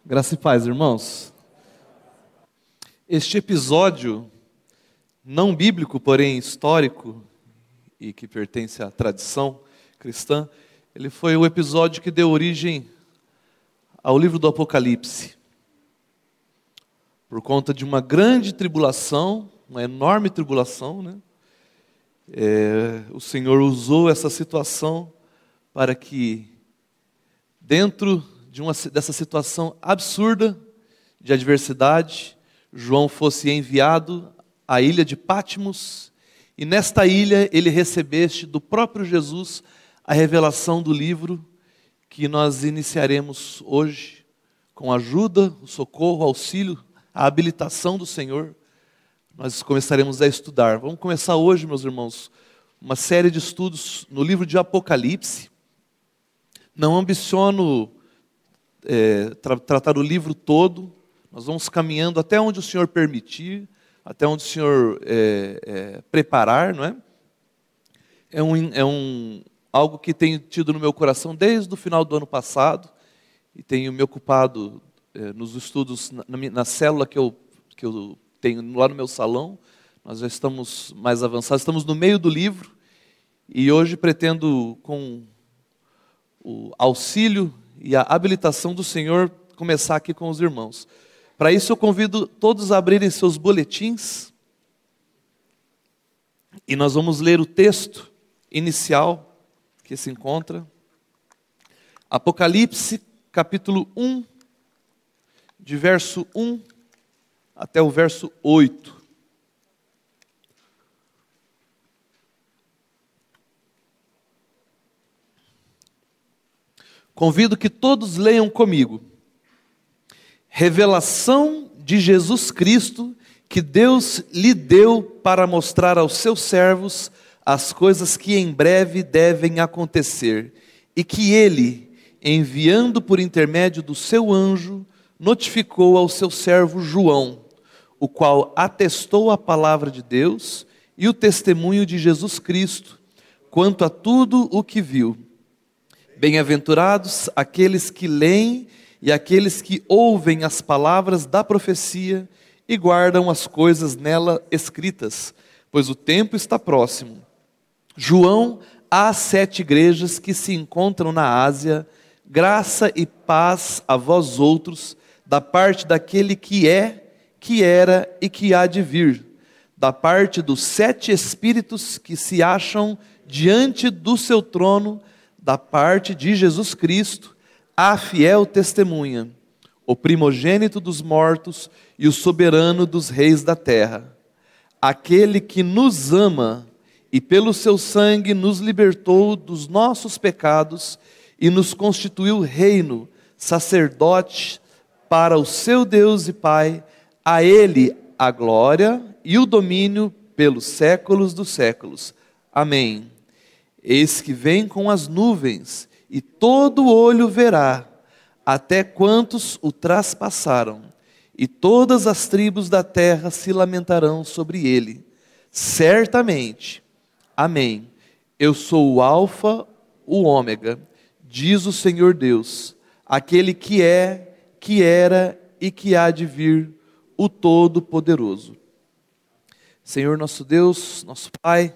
Graça e paz, irmãos. Este episódio, não bíblico, porém histórico, e que pertence à tradição cristã, ele foi o episódio que deu origem ao livro do Apocalipse. Por conta de uma grande tribulação, uma enorme tribulação, né? O Senhor usou essa situação para que, dentro dessa situação absurda de adversidade, João fosse enviado à ilha de Patmos, e nesta ilha ele recebesse do próprio Jesus a revelação do livro que nós iniciaremos hoje, com a ajuda, o socorro, o auxílio, a habilitação do Senhor. Nós começaremos a estudar. Vamos começar hoje, meus irmãos, uma série de estudos no livro de Apocalipse. Não ambiciono tratar o livro todo. Nós vamos caminhando até onde o Senhor permitir, até onde o Senhor preparar, não é? Algo que tenho tido no meu coração desde o final do ano passado, e tenho me ocupado nos estudos na célula que eu tenho lá no meu salão. Nós já estamos mais avançados, estamos no meio do livro, e hoje pretendo, com o auxílio e a habilitação do Senhor, começar aqui com os irmãos. Para isso eu convido todos a abrirem seus boletins, e nós vamos ler o texto inicial que se encontra, Apocalipse capítulo 1, de verso 1 até o verso 8. Convido que todos leiam comigo. Revelação de Jesus Cristo, que Deus lhe deu para mostrar aos seus servos as coisas que em breve devem acontecer, e que ele, enviando por intermédio do seu anjo, notificou ao seu servo João, o qual atestou a palavra de Deus e o testemunho de Jesus Cristo, quanto a tudo o que viu. Bem-aventurados aqueles que leem e aqueles que ouvem as palavras da profecia e guardam as coisas nela escritas, pois o tempo está próximo. João, às 7 igrejas que se encontram na Ásia, graça e paz a vós outros, da parte daquele que é, que era e que há de vir, da parte dos 7 espíritos que se acham diante do seu trono, da parte de Jesus Cristo, a fiel testemunha, o primogênito dos mortos e o soberano dos reis da terra, aquele que nos ama e pelo seu sangue nos libertou dos nossos pecados e nos constituiu reino, sacerdote para o seu Deus e Pai. A ele a glória e o domínio pelos séculos dos séculos. Amém. Eis que vem com as nuvens, e todo olho verá, até quantos o traspassaram, e todas as tribos da terra se lamentarão sobre ele. Certamente, amém. Eu sou o Alfa, o Ômega, diz o Senhor Deus, aquele que é, que era e que há de vir, o Todo-Poderoso. Senhor nosso Deus, nosso Pai,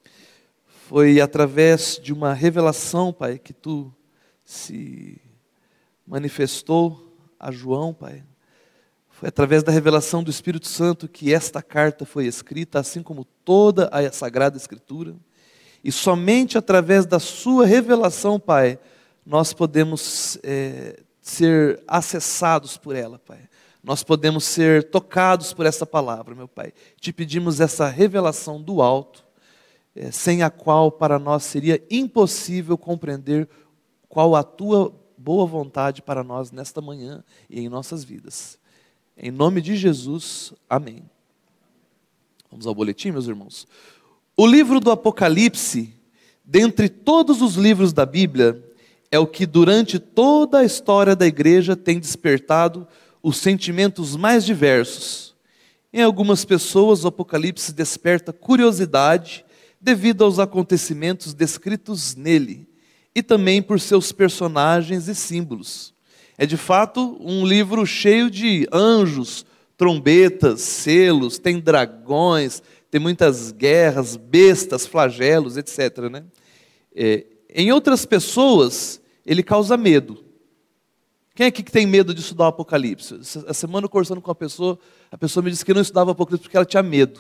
foi através de uma revelação, Pai, que Tu se manifestou a João, Pai. Foi através da revelação do Espírito Santo que esta carta foi escrita, assim como toda a Sagrada Escritura. E somente através da Sua revelação, Pai, nós podemos ser acessados por ela, Pai. Nós podemos ser tocados por essa palavra, meu Pai. Te pedimos essa revelação do alto, sem a qual para nós seria impossível compreender qual a Tua boa vontade para nós nesta manhã e em nossas vidas. Em nome de Jesus, amém. Vamos ao boletim, meus irmãos. O livro do Apocalipse, dentre todos os livros da Bíblia, é o que durante toda a história da igreja tem despertado os sentimentos mais diversos. Em algumas pessoas, o Apocalipse desperta curiosidade devido aos acontecimentos descritos nele, e também por seus personagens e símbolos. É de fato um livro cheio de anjos, trombetas, selos, tem dragões, tem muitas guerras, bestas, flagelos, etc., né? Em outras pessoas, ele causa medo. Quem aqui que tem medo de estudar o Apocalipse? Essa semana eu conversando com a pessoa me disse que não estudava o Apocalipse porque ela tinha medo.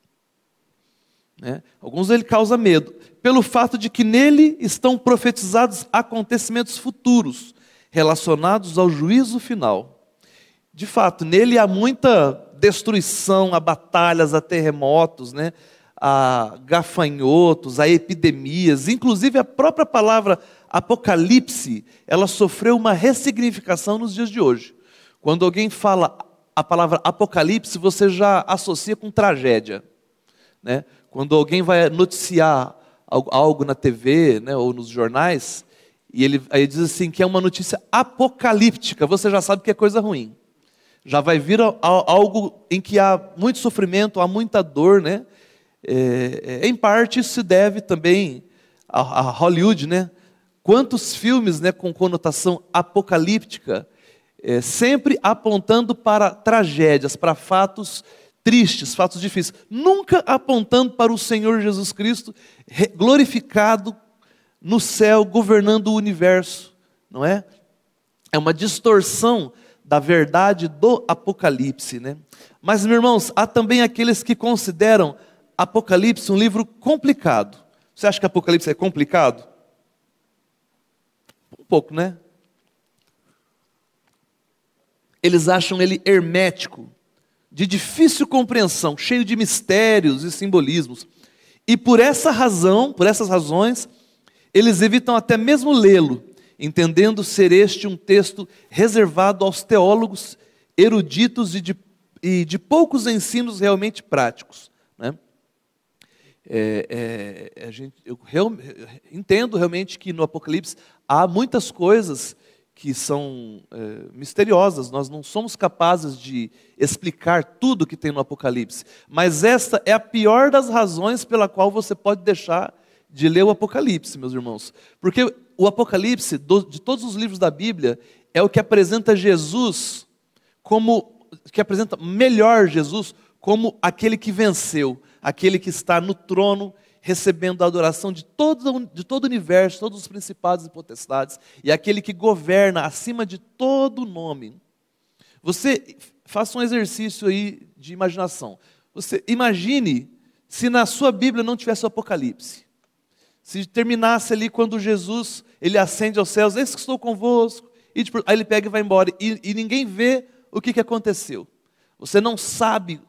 Né? Alguns ele causa medo, pelo fato de que nele estão profetizados acontecimentos futuros, relacionados ao juízo final. De fato, nele há muita destruição, há batalhas, há terremotos, né? Há gafanhotos, há epidemias, inclusive a própria palavra Apocalipse, ela sofreu uma ressignificação nos dias de hoje. Quando alguém fala a palavra Apocalipse, você já associa com tragédia, né? Quando alguém vai noticiar algo na TV, né, ou nos jornais, e aí diz assim que é uma notícia apocalíptica, você já sabe que é coisa ruim. Já vai vir algo em que há muito sofrimento, há muita dor, né? Em parte isso se deve também a Hollywood, né? Quantos filmes, né, com conotação apocalíptica, sempre apontando para tragédias, para fatos tristes, fatos difíceis, nunca apontando para o Senhor Jesus Cristo glorificado no céu, governando o universo, não é? É uma distorção da verdade do Apocalipse, né? Mas, meus irmãos, há também aqueles que consideram Apocalipse um livro complicado. Você acha que Apocalipse é complicado? Um pouco, né? Eles acham ele hermético, de difícil compreensão, cheio de mistérios e simbolismos. E por essa razão, por essas razões, eles evitam até mesmo lê-lo, entendendo ser este um texto reservado aos teólogos eruditos e de poucos ensinos realmente práticos, né? Eu entendo realmente que no Apocalipse há muitas coisas que são misteriosas, nós não somos capazes de explicar tudo que tem no Apocalipse, mas esta é a pior das razões pela qual você pode deixar de ler o Apocalipse, meus irmãos, porque o Apocalipse, de todos os livros da Bíblia, é o que apresenta Jesus que apresenta melhor Jesus como aquele que venceu, aquele que está no trono, recebendo a adoração de todo o universo, todos os principados e potestades, e aquele que governa acima de todo nome. Você faça um exercício aí de imaginação. Você imagine se na sua Bíblia não tivesse o Apocalipse. Se terminasse ali quando Jesus, ele ascende aos céus, eis que estou convosco, aí ele pega e vai embora, e ninguém vê o que aconteceu. Você não sabe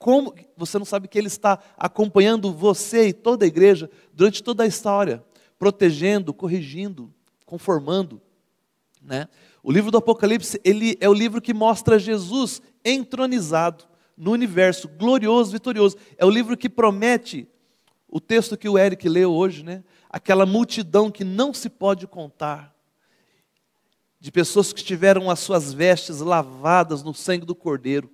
que ele está acompanhando você e toda a igreja durante toda a história, protegendo, corrigindo, conformando, né? O livro do Apocalipse, ele é o livro que mostra Jesus entronizado no universo, glorioso, vitorioso. É o livro que promete, o texto que o Eric leu hoje, né? Aquela multidão que não se pode contar, de pessoas que tiveram as suas vestes lavadas no sangue do Cordeiro.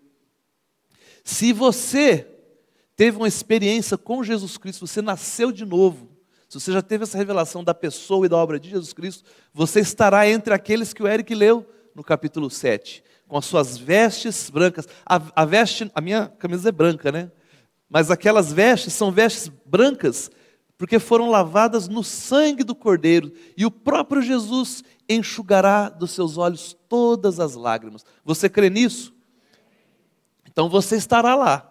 Se você teve uma experiência com Jesus Cristo, você nasceu de novo, se você já teve essa revelação da pessoa e da obra de Jesus Cristo, você estará entre aqueles que o Eric leu no capítulo 7, com as suas vestes brancas. A minha camisa é branca, né? Mas aquelas vestes são vestes brancas, porque foram lavadas no sangue do Cordeiro, e o próprio Jesus enxugará dos seus olhos todas as lágrimas. Você crê nisso? Então você estará lá.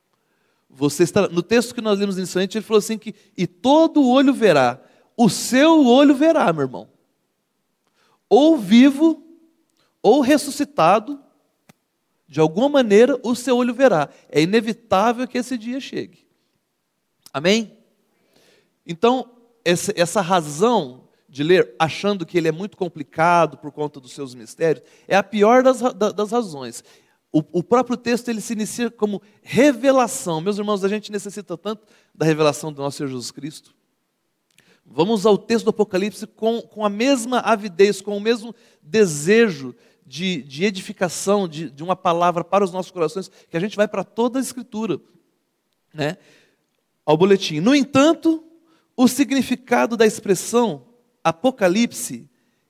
No texto que nós lemos inicialmente, ele falou assim que, e todo olho verá, o seu olho verá, meu irmão. Ou vivo, ou ressuscitado, de alguma maneira o seu olho verá. É inevitável que esse dia chegue. Amém? Então, essa razão de ler, achando que ele é muito complicado por conta dos seus mistérios, é a pior das razões. O próprio texto ele se inicia como revelação. Meus irmãos, a gente necessita tanto da revelação do nosso Senhor Jesus Cristo. Vamos ao texto do Apocalipse com a mesma avidez, com o mesmo desejo de edificação, de uma palavra para os nossos corações, que a gente vai para toda a Escritura, né? Ao boletim. No entanto, o significado da expressão Apocalipse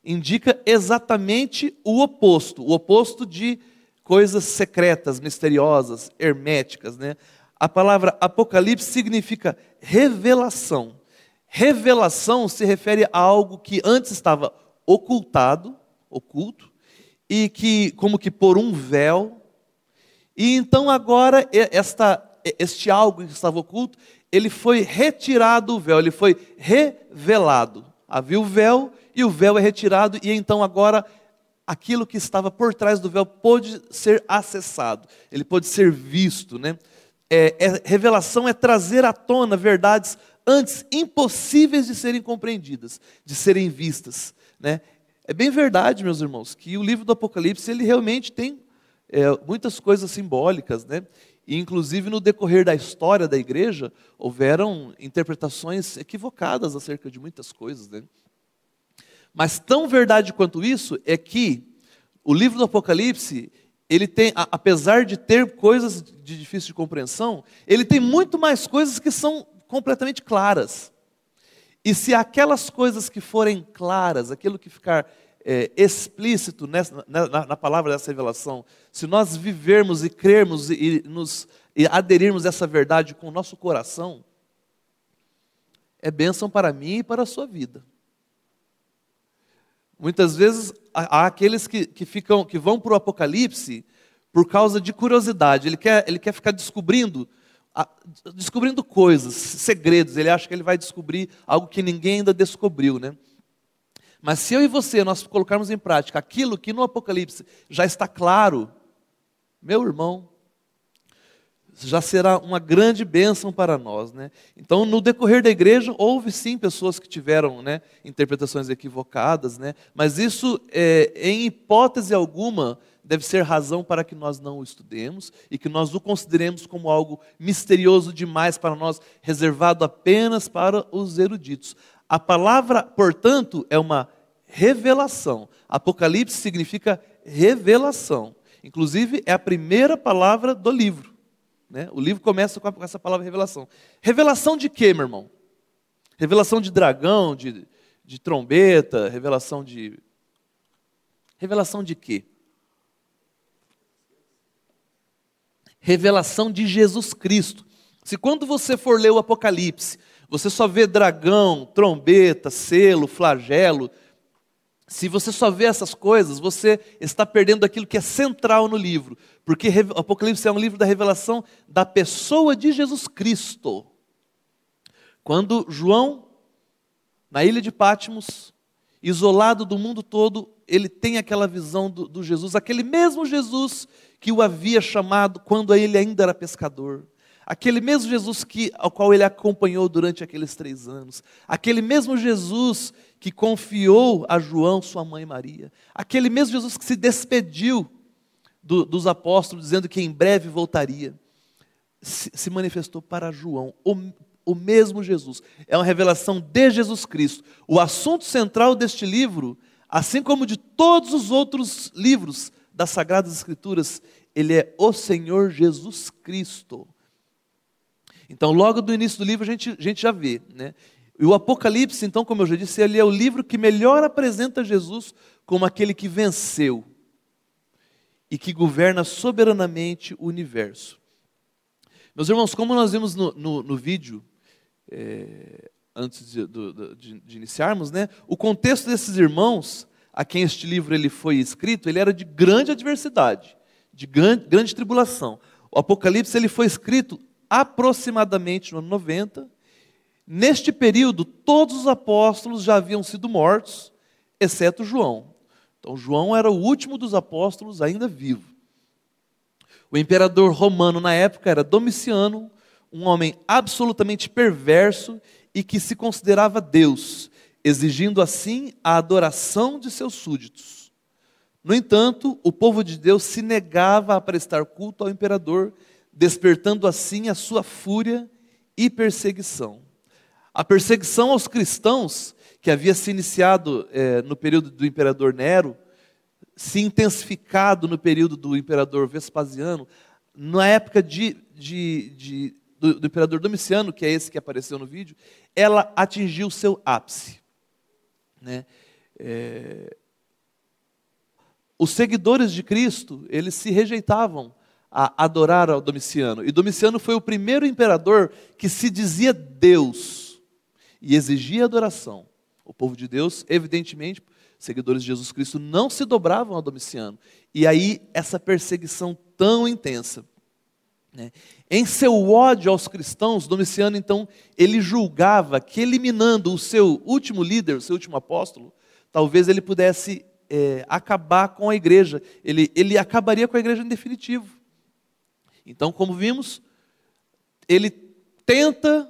indica exatamente o oposto de coisas secretas, misteriosas, herméticas, né? A palavra Apocalipse significa revelação. Revelação se refere a algo que antes estava oculto, e que, como que por um véu, e então agora este algo que estava oculto, ele foi retirado do véu, ele foi revelado. Havia o véu, e o véu é retirado, e então agora aquilo que estava por trás do véu pôde ser acessado, ele pôde ser visto, né? Revelação é trazer à tona verdades antes impossíveis de serem compreendidas, de serem vistas, né? É bem verdade, meus irmãos, que o livro do Apocalipse ele realmente tem muitas coisas simbólicas, né? E inclusive no decorrer da história da igreja houveram interpretações equivocadas acerca de muitas coisas, né? Mas tão verdade quanto isso é que o livro do Apocalipse, ele tem, apesar de ter coisas de difícil de compreensão, ele tem muito mais coisas que são completamente claras. E se aquelas coisas que forem claras, aquilo que ficar explícito na palavra dessa revelação, se nós vivermos e crermos e aderirmos a essa verdade com o nosso coração, é bênção para mim e para a sua vida. Muitas vezes há aqueles que vão para o Apocalipse por causa de curiosidade. Ele quer ficar descobrindo coisas, segredos. Ele acha que ele vai descobrir algo que ninguém ainda descobriu, né? Mas se eu e você, nós colocarmos em prática aquilo que no Apocalipse já está claro, meu irmão, já será uma grande bênção para nós, né? Então, no decorrer da igreja, houve sim pessoas que tiveram, né, interpretações equivocadas, né? Mas isso, em hipótese alguma, deve ser razão para que nós não o estudemos e que nós o consideremos como algo misterioso demais para nós, reservado apenas para os eruditos. A palavra, portanto, é uma revelação. Apocalipse significa revelação. Inclusive, é a primeira palavra do livro, né? O livro começa com essa palavra revelação. Revelação de quê, meu irmão? Revelação de dragão, de trombeta, revelação de quê? Revelação de Jesus Cristo. Se quando você for ler o Apocalipse, você só vê dragão, trombeta, selo, flagelo, se você só vê essas coisas, você está perdendo aquilo que é central no livro. Porque o Apocalipse é um livro da revelação da pessoa de Jesus Cristo. Quando João, na ilha de Patmos, isolado do mundo todo, ele tem aquela visão do Jesus, aquele mesmo Jesus que o havia chamado quando ele ainda era pescador. Aquele mesmo Jesus ao qual ele acompanhou durante aqueles 3 anos. Aquele mesmo Jesus que confiou a João, sua mãe Maria. Aquele mesmo Jesus que se despediu dos apóstolos, dizendo que em breve voltaria. Se manifestou para João, o mesmo Jesus. É uma revelação de Jesus Cristo. O assunto central deste livro, assim como de todos os outros livros das Sagradas Escrituras, ele é o Senhor Jesus Cristo. Então, logo do início do livro, a gente já vê, né? E o Apocalipse, então, como eu já disse, ele é o livro que melhor apresenta Jesus como aquele que venceu e que governa soberanamente o universo. Meus irmãos, como nós vimos no vídeo, antes de iniciarmos, né? O contexto desses irmãos, a quem este livro ele foi escrito, ele era de grande adversidade, de grande tribulação. O Apocalipse ele foi escrito aproximadamente no ano 90. Neste período, todos os apóstolos já haviam sido mortos, exceto João. Então, João era o último dos apóstolos ainda vivo. O imperador romano na época era Domiciano, um homem absolutamente perverso e que se considerava Deus, exigindo assim a adoração de seus súditos. No entanto, o povo de Deus se negava a prestar culto ao imperador, despertando assim a sua fúria e perseguição. A perseguição aos cristãos, que havia se iniciado no período do imperador Nero, se intensificado no período do imperador Vespasiano, na época do imperador Domiciano, que é esse que apareceu no vídeo, ela atingiu seu ápice, né? Os seguidores de Cristo, eles se rejeitavam a adorar ao Domiciano. E Domiciano foi o primeiro imperador que se dizia Deus e exigia adoração. O povo de Deus, evidentemente, seguidores de Jesus Cristo, não se dobravam a Domiciano. E aí, essa perseguição tão intensa. Em seu ódio aos cristãos, Domiciano, então, ele julgava que eliminando o seu último líder, o seu último apóstolo, talvez ele pudesse acabar com a igreja. Ele acabaria com a igreja em definitivo. Então, como vimos, ele tenta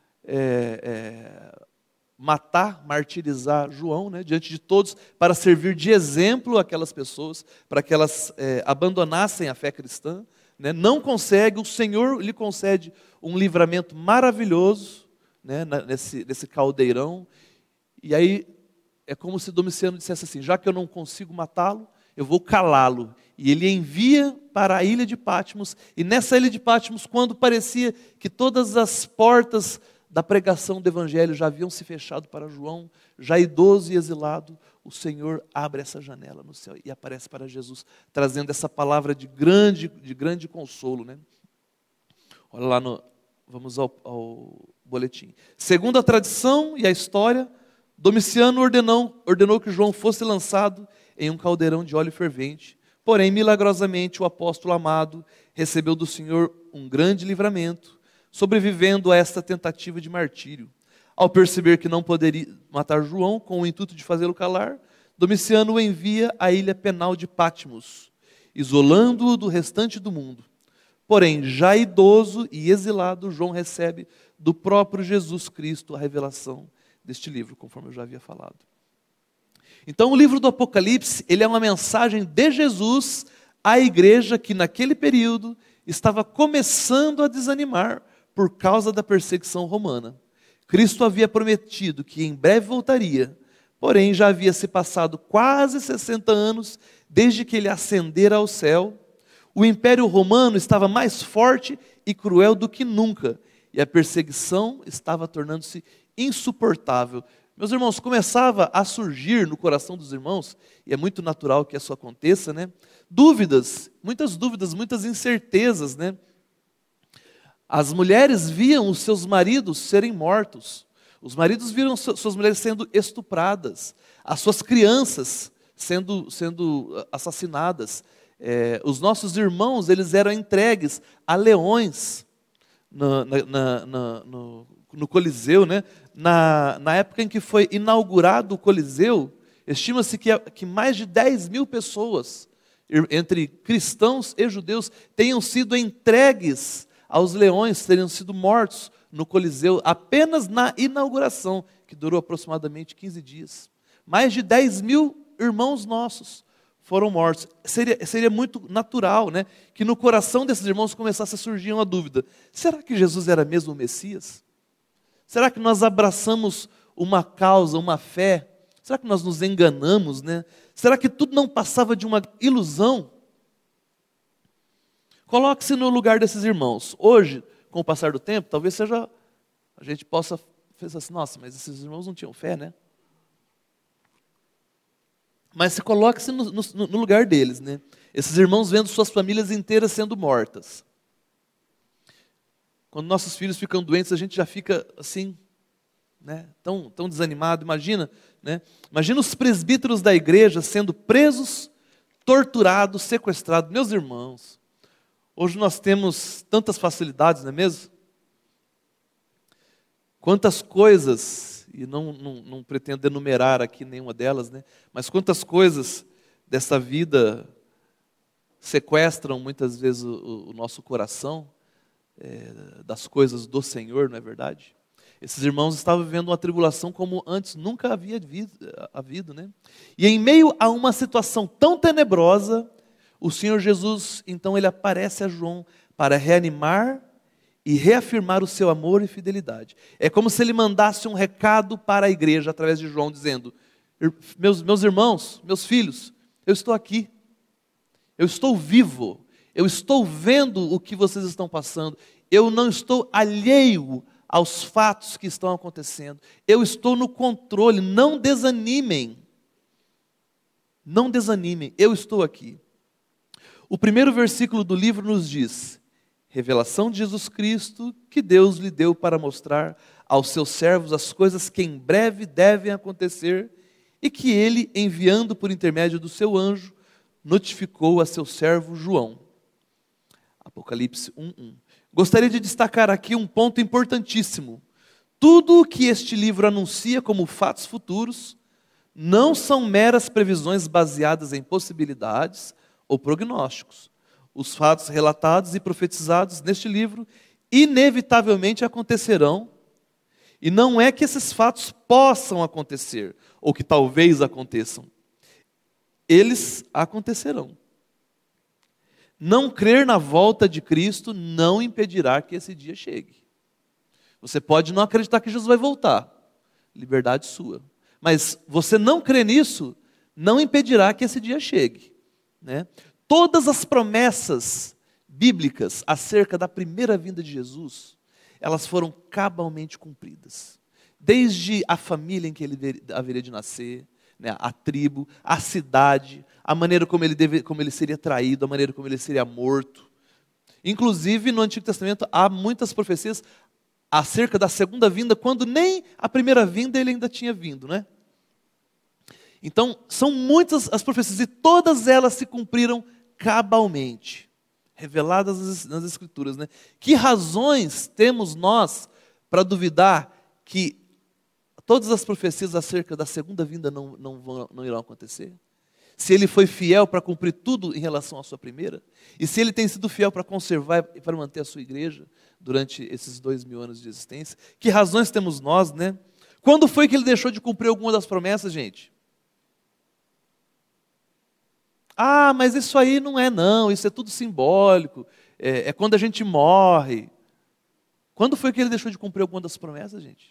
matar, martirizar João, diante de todos, para servir de exemplo àquelas pessoas, para que elas abandonassem a fé cristã. Não consegue, o Senhor lhe concede um livramento maravilhoso, nesse caldeirão. E aí é como se Domiciano dissesse assim: já que eu não consigo matá-lo, eu vou calá-lo. E ele envia para a ilha de Patmos, e nessa ilha de Patmos, quando parecia que todas as portas da pregação do Evangelho já haviam se fechado para João, já idoso e exilado, o Senhor abre essa janela no céu e aparece para Jesus, trazendo essa palavra de grande consolo. Olha lá, vamos ao boletim. Segundo a tradição e a história, Domiciano ordenou que João fosse lançado em um caldeirão de óleo fervente. Porém, milagrosamente, o apóstolo amado recebeu do Senhor um grande livramento, sobrevivendo a esta tentativa de martírio. Ao perceber que não poderia matar João, com o intuito de fazê-lo calar, Domiciano o envia à ilha penal de Patmos, isolando-o do restante do mundo. Porém, já idoso e exilado, João recebe do próprio Jesus Cristo a revelação deste livro, conforme eu já havia falado. Então, o livro do Apocalipse, ele é uma mensagem de Jesus à igreja que naquele período estava começando a desanimar por causa da perseguição romana. Cristo havia prometido que em breve voltaria, porém já havia se passado quase 60 anos desde que ele ascendera ao céu. O Império Romano estava mais forte e cruel do que nunca, e a perseguição estava tornando-se insuportável. Meus irmãos, começava a surgir no coração dos irmãos, e é muito natural que isso aconteça, dúvidas, muitas incertezas, As mulheres viam os seus maridos serem mortos, os maridos viram suas mulheres sendo estupradas, as suas crianças sendo assassinadas. Os nossos irmãos, eles eram entregues a leões no Coliseu, Na época em que foi inaugurado o Coliseu, estima-se que mais de 10 mil pessoas, entre cristãos e judeus, tenham sido entregues aos leões, teriam sido mortos no Coliseu, apenas na inauguração, que durou aproximadamente 15 dias. Mais de 10 mil irmãos nossos foram mortos. Seria muito natural, que no coração desses irmãos começasse a surgir uma dúvida: será que Jesus era mesmo o Messias? Será que nós abraçamos uma causa, uma fé? Será que nós nos enganamos, Será que tudo não passava de uma ilusão? Coloque-se no lugar desses irmãos. Hoje, com o passar do tempo, talvez a gente possa pensar assim: nossa, mas esses irmãos não tinham fé, Mas se coloque-se no lugar deles, Esses irmãos vendo suas famílias inteiras sendo mortas. Quando nossos filhos ficam doentes, a gente já fica assim, tão desanimado. Imagina, Imagina os presbíteros da igreja sendo presos, torturados, sequestrados. Meus irmãos, hoje nós temos tantas facilidades, não é mesmo? Quantas coisas, e não pretendo enumerar aqui nenhuma delas, mas quantas coisas dessa vida sequestram muitas vezes o nosso coração, das coisas do Senhor, não é verdade? Esses irmãos estavam vivendo uma tribulação como antes nunca havia havido, E em meio a uma situação tão tenebrosa, o Senhor Jesus, então, ele aparece a João para reanimar e reafirmar o seu amor e fidelidade. É como se ele mandasse um recado para a igreja através de João, dizendo: meus irmãos, meus filhos, eu estou aqui, eu estou vivo, eu estou vendo o que vocês estão passando, eu não estou alheio aos fatos que estão acontecendo, eu estou no controle, não desanimem, Não desanimem, eu estou aqui. O primeiro versículo do livro nos diz: revelação de Jesus Cristo, que Deus lhe deu para mostrar aos seus servos as coisas que em breve devem acontecer, e que ele, enviando por intermédio do seu anjo, notificou a seu servo João. Apocalipse 1:1. Gostaria de destacar aqui um ponto importantíssimo. Tudo o que este livro anuncia como fatos futuros não são meras previsões baseadas em possibilidades ou prognósticos. Os fatos relatados e profetizados neste livro inevitavelmente acontecerão, e não é que esses fatos possam acontecer, ou que talvez aconteçam. Eles acontecerão. Não crer na volta de Cristo não impedirá que esse dia chegue. Você pode não acreditar que Jesus vai voltar, liberdade sua. Mas você não crer nisso não impedirá que esse dia chegue, né? Todas as promessas bíblicas acerca da primeira vinda de Jesus, elas foram cabalmente cumpridas. Desde a família em que ele haveria de nascer, né, a tribo, a cidade, a maneira como ele seria traído, a maneira como ele seria morto. Inclusive, no Antigo Testamento, há muitas profecias acerca da segunda vinda, quando nem a primeira vinda ele ainda tinha vindo, né? Então, são muitas as profecias, e todas elas se cumpriram cabalmente, reveladas nas Escrituras, né? Que razões temos nós para duvidar que todas as profecias acerca da segunda vinda não irão acontecer? Se ele foi fiel para cumprir tudo em relação à sua primeira, e se ele tem sido fiel para conservar e para manter a sua igreja durante esses 2000 anos de existência, que razões temos nós, né? Quando foi que ele deixou de cumprir alguma das promessas, gente? Ah, mas isso aí não, isso é tudo simbólico, é quando a gente morre. Quando foi que ele deixou de cumprir alguma das promessas, gente?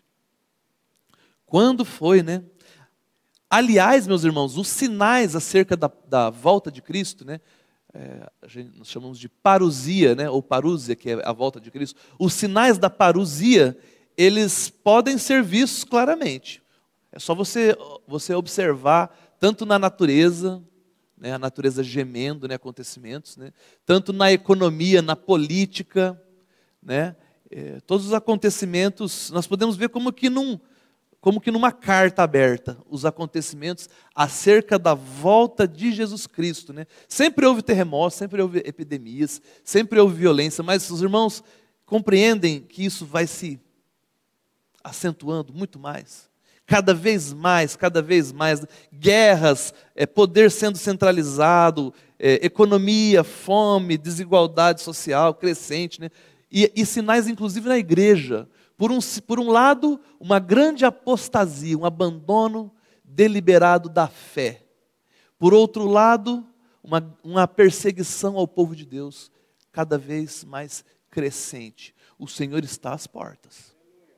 Quando foi, né? Aliás, meus irmãos, os sinais acerca da volta de Cristo, né? Nós chamamos de parousia, né? Ou parúzia, que é a volta de Cristo. Os sinais da parousia, eles podem ser vistos claramente. É só você observar, tanto na natureza, né? A natureza gemendo, né? Acontecimentos, né? Tanto na economia, na política, né? Todos os acontecimentos, nós podemos ver como que numa carta aberta, os acontecimentos acerca da volta de Jesus Cristo, né? Sempre houve terremotos, sempre houve epidemias, sempre houve violência, mas os irmãos compreendem que isso vai se acentuando muito mais. Cada vez mais, guerras, poder sendo centralizado, economia, fome, desigualdade social crescente, né? E sinais inclusive na igreja. Por um lado, uma grande apostasia, um abandono deliberado da fé. Por outro lado, uma perseguição ao povo de Deus, cada vez mais crescente. O Senhor está às portas.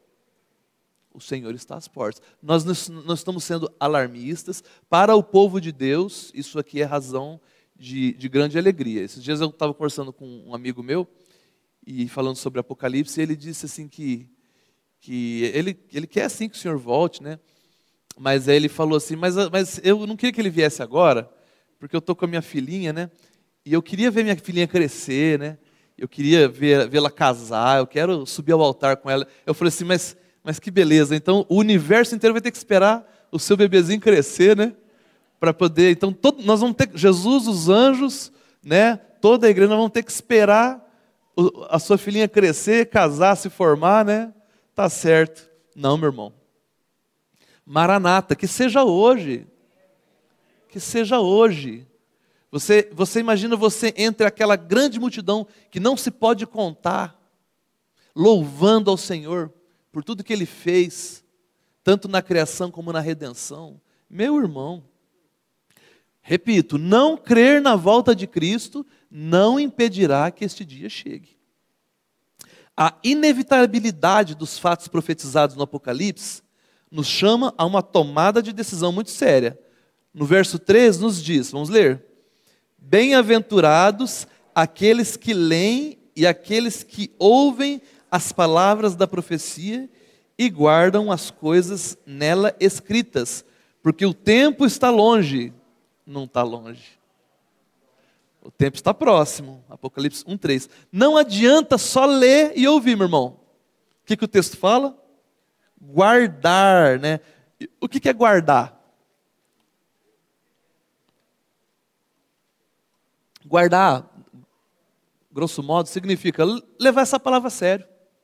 O Senhor está às portas. Nós não estamos sendo alarmistas. Para o povo de Deus, isso aqui é razão de grande alegria. Esses dias eu estava conversando com um amigo meu, e falando sobre Apocalipse, ele disse assim que ele quer assim que o Senhor volte, né? Mas aí ele falou assim, mas eu não queria que ele viesse agora, porque eu estou com a minha filhinha, né? E eu queria ver minha filhinha crescer, né? Eu queria vê-la casar, eu quero subir ao altar com ela. Eu falei assim, mas que beleza, então o universo inteiro vai ter que esperar o seu bebezinho crescer, né? Para poder, então nós vamos ter, Jesus, os anjos, né? Toda a igreja, nós vamos ter que esperar a sua filhinha crescer, casar, se formar, né? Tá certo. Não, meu irmão. Maranata, que seja hoje. Que seja hoje. Você imagina você entre aquela grande multidão que não se pode contar, louvando ao Senhor por tudo que Ele fez, tanto na criação como na redenção. Meu irmão, repito, não crer na volta de Cristo não impedirá que este dia chegue. A inevitabilidade dos fatos profetizados no Apocalipse nos chama a uma tomada de decisão muito séria. No verso 3 nos diz, vamos ler: bem-aventurados aqueles que leem e aqueles que ouvem as palavras da profecia e guardam as coisas nela escritas, porque o tempo está longe. Não está longe. O tempo está próximo. Apocalipse 1:3. Não adianta só ler e ouvir, meu irmão. O que o texto fala? Guardar, né? O que é guardar? Guardar, grosso modo, significa levar essa palavra a sério.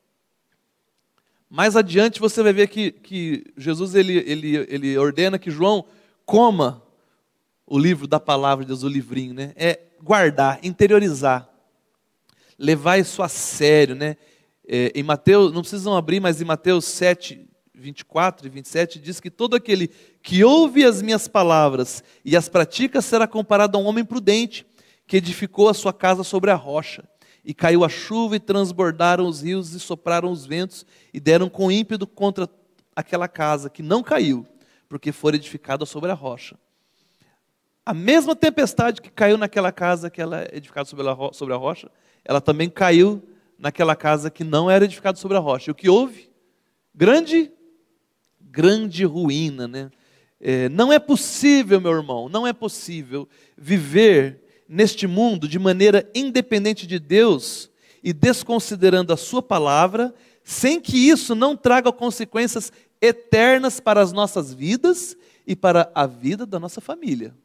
Mais adiante você vai ver que Jesus ele ordena que João coma o livro da palavra de Deus, o livrinho, né? É guardar, interiorizar, levar isso a sério, né? Em Mateus, não precisam abrir, mas em Mateus 7, 24 e 27 diz que todo aquele que ouve as minhas palavras e as pratica será comparado a um homem prudente que edificou a sua casa sobre a rocha. E caiu a chuva e transbordaram os rios e sopraram os ventos e deram com ímpeto contra aquela casa que não caiu, porque foi edificada sobre a rocha. A mesma tempestade que caiu naquela casa que ela é edificada sobre a rocha, ela também caiu naquela casa que não era edificada sobre a rocha. E o que houve? Grande ruína, né? Não é possível, meu irmão, não é possível viver neste mundo de maneira independente de Deus e desconsiderando a sua palavra, sem que isso não traga consequências eternas para as nossas vidas e para a vida da nossa família.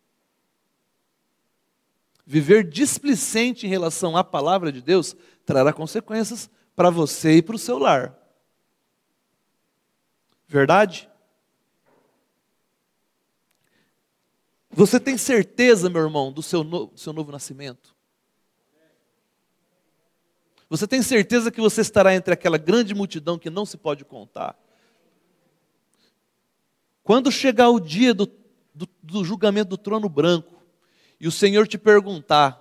Viver displicente em relação à palavra de Deus trará consequências para você e para o seu lar. Verdade? Você tem certeza, meu irmão, do seu novo nascimento? Você tem certeza que você estará entre aquela grande multidão que não se pode contar? Quando chegar o dia do julgamento do trono branco, e o Senhor te perguntar,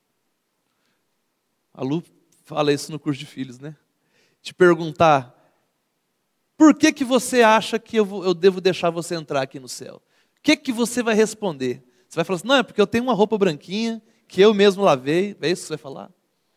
a Lu fala isso no curso de filhos, né? Te perguntar, por que você acha que eu devo deixar você entrar aqui no céu? O que você vai responder? Você vai falar assim, não, é porque eu tenho uma roupa branquinha, que eu mesmo lavei. É isso que você vai falar?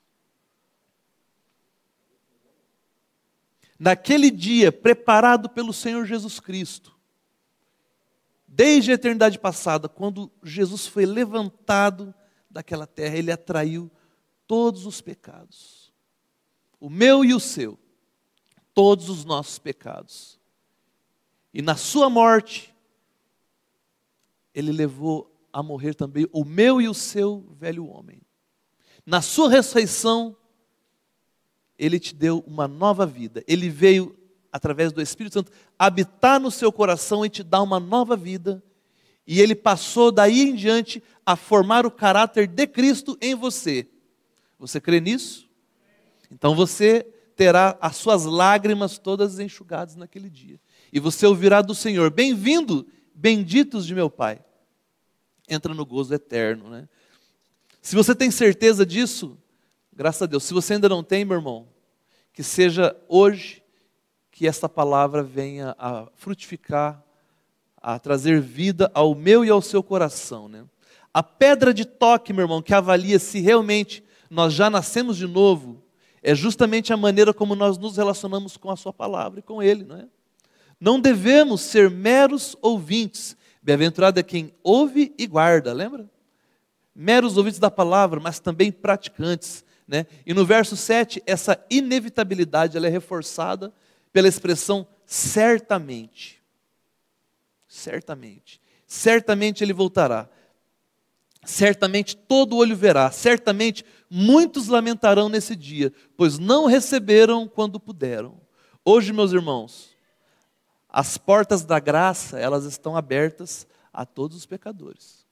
Naquele dia, preparado pelo Senhor Jesus Cristo, desde a eternidade passada, quando Jesus foi levantado daquela terra, Ele atraiu todos os pecados. O meu e o seu. Todos os nossos pecados. E na sua morte, Ele levou a morrer também o meu e o seu velho homem. Na sua ressurreição, Ele te deu uma nova vida. Ele veio, através do Espírito Santo, habitar no seu coração e te dar uma nova vida. E Ele passou daí em diante a formar o caráter de Cristo em você. Você crê nisso? Então você terá as suas lágrimas todas enxugadas naquele dia. E você ouvirá do Senhor, bem-vindo, benditos de meu Pai. Entra no gozo eterno, né? Se você tem certeza disso, graças a Deus. Se você ainda não tem, meu irmão, que seja hoje que esta palavra venha a frutificar, a trazer vida ao meu e ao seu coração, né? A pedra de toque, meu irmão, que avalia se realmente nós já nascemos de novo, é justamente a maneira como nós nos relacionamos com a sua palavra e com Ele, não é? Não devemos ser meros ouvintes. Bem-aventurado é quem ouve e guarda, lembra? Meros ouvintes da palavra, mas também praticantes, né? E no verso 7, essa inevitabilidade ela é reforçada pela expressão certamente. Certamente. Certamente Ele voltará. Certamente todo olho verá. Certamente muitos lamentarão nesse dia, pois não receberam quando puderam. Hoje, meus irmãos, as portas da graça, elas estão abertas a todos os pecadores.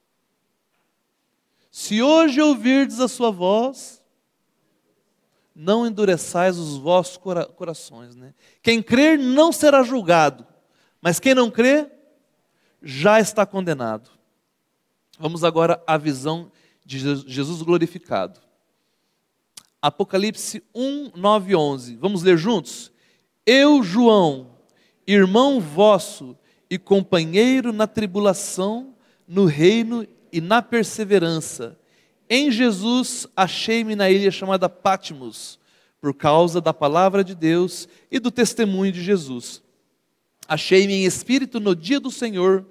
Se hoje ouvirdes a sua voz, não endureçais os vossos corações, né? Quem crer não será julgado, mas quem não crê, já está condenado. Vamos agora à visão de Jesus glorificado. Apocalipse 1, 9 e 11. Vamos ler juntos? Eu, João, irmão vosso e companheiro na tribulação, no reino e na perseverança. Em Jesus achei-me na ilha chamada Patmos, por causa da palavra de Deus e do testemunho de Jesus. Achei-me em espírito no dia do Senhor,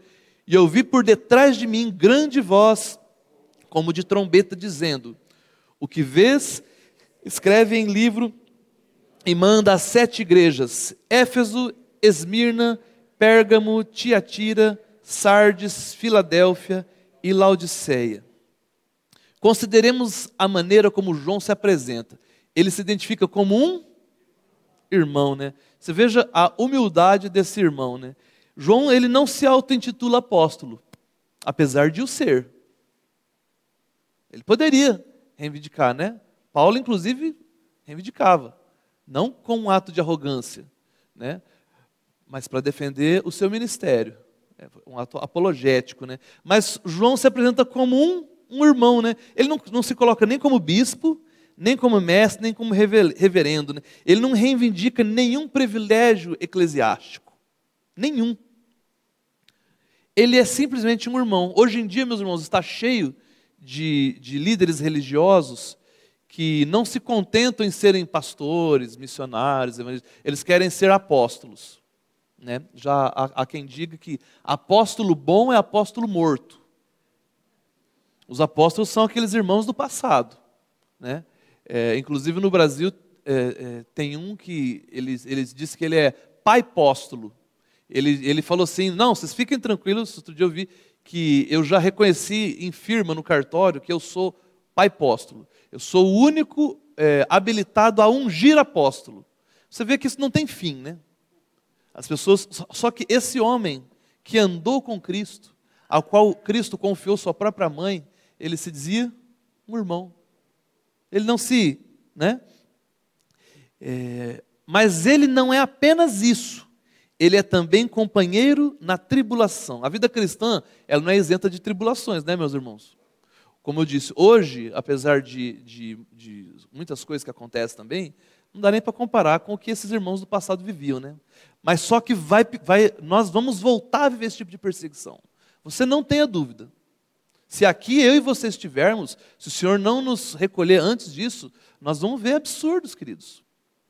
E ouvi por detrás de mim grande voz, como de trombeta, dizendo: o que vês, escreve em livro e manda às 7 igrejas: Éfeso, Esmirna, Pérgamo, Tiatira, Sardes, Filadélfia e Laodiceia. Consideremos a maneira como João se apresenta. Ele se identifica como um irmão, né? Você veja a humildade desse irmão, né? João, ele não se auto-intitula apóstolo, apesar de o ser. Ele poderia reivindicar, né? Paulo, inclusive, reivindicava. Não com um ato de arrogância, né? Mas para defender o seu ministério. Um ato apologético, né? Mas João se apresenta como um irmão, né? Ele não se coloca nem como bispo, nem como mestre, nem como reverendo, né? Ele não reivindica nenhum privilégio eclesiástico. Nenhum. Ele é simplesmente um irmão. Hoje em dia, meus irmãos, está cheio de líderes religiosos que não se contentam em serem pastores, missionários, evangelistas. Eles querem ser apóstolos, né? Já há quem diga que apóstolo bom é apóstolo morto. Os apóstolos são aqueles irmãos do passado, né? Inclusive no Brasil tem um que eles dizem que ele é pai apóstolo. Ele falou assim: não, vocês fiquem tranquilos. Outro dia eu vi que eu já reconheci em firma no cartório que eu sou pai apóstolo. Eu sou o único habilitado a ungir apóstolo. Você vê que isso não tem fim, né? As pessoas, só que esse homem que andou com Cristo, ao qual Cristo confiou sua própria mãe, ele se dizia um irmão. Ele não se, né? Mas ele não é apenas isso. Ele é também companheiro na tribulação. A vida cristã, ela não é isenta de tribulações, né, meus irmãos? Como eu disse, hoje, apesar de muitas coisas que acontecem também, não dá nem para comparar com o que esses irmãos do passado viviam, né? Mas só que nós vamos voltar a viver esse tipo de perseguição. Você não tenha dúvida. Se aqui eu e você estivermos, se o Senhor não nos recolher antes disso, nós vamos ver absurdos, queridos.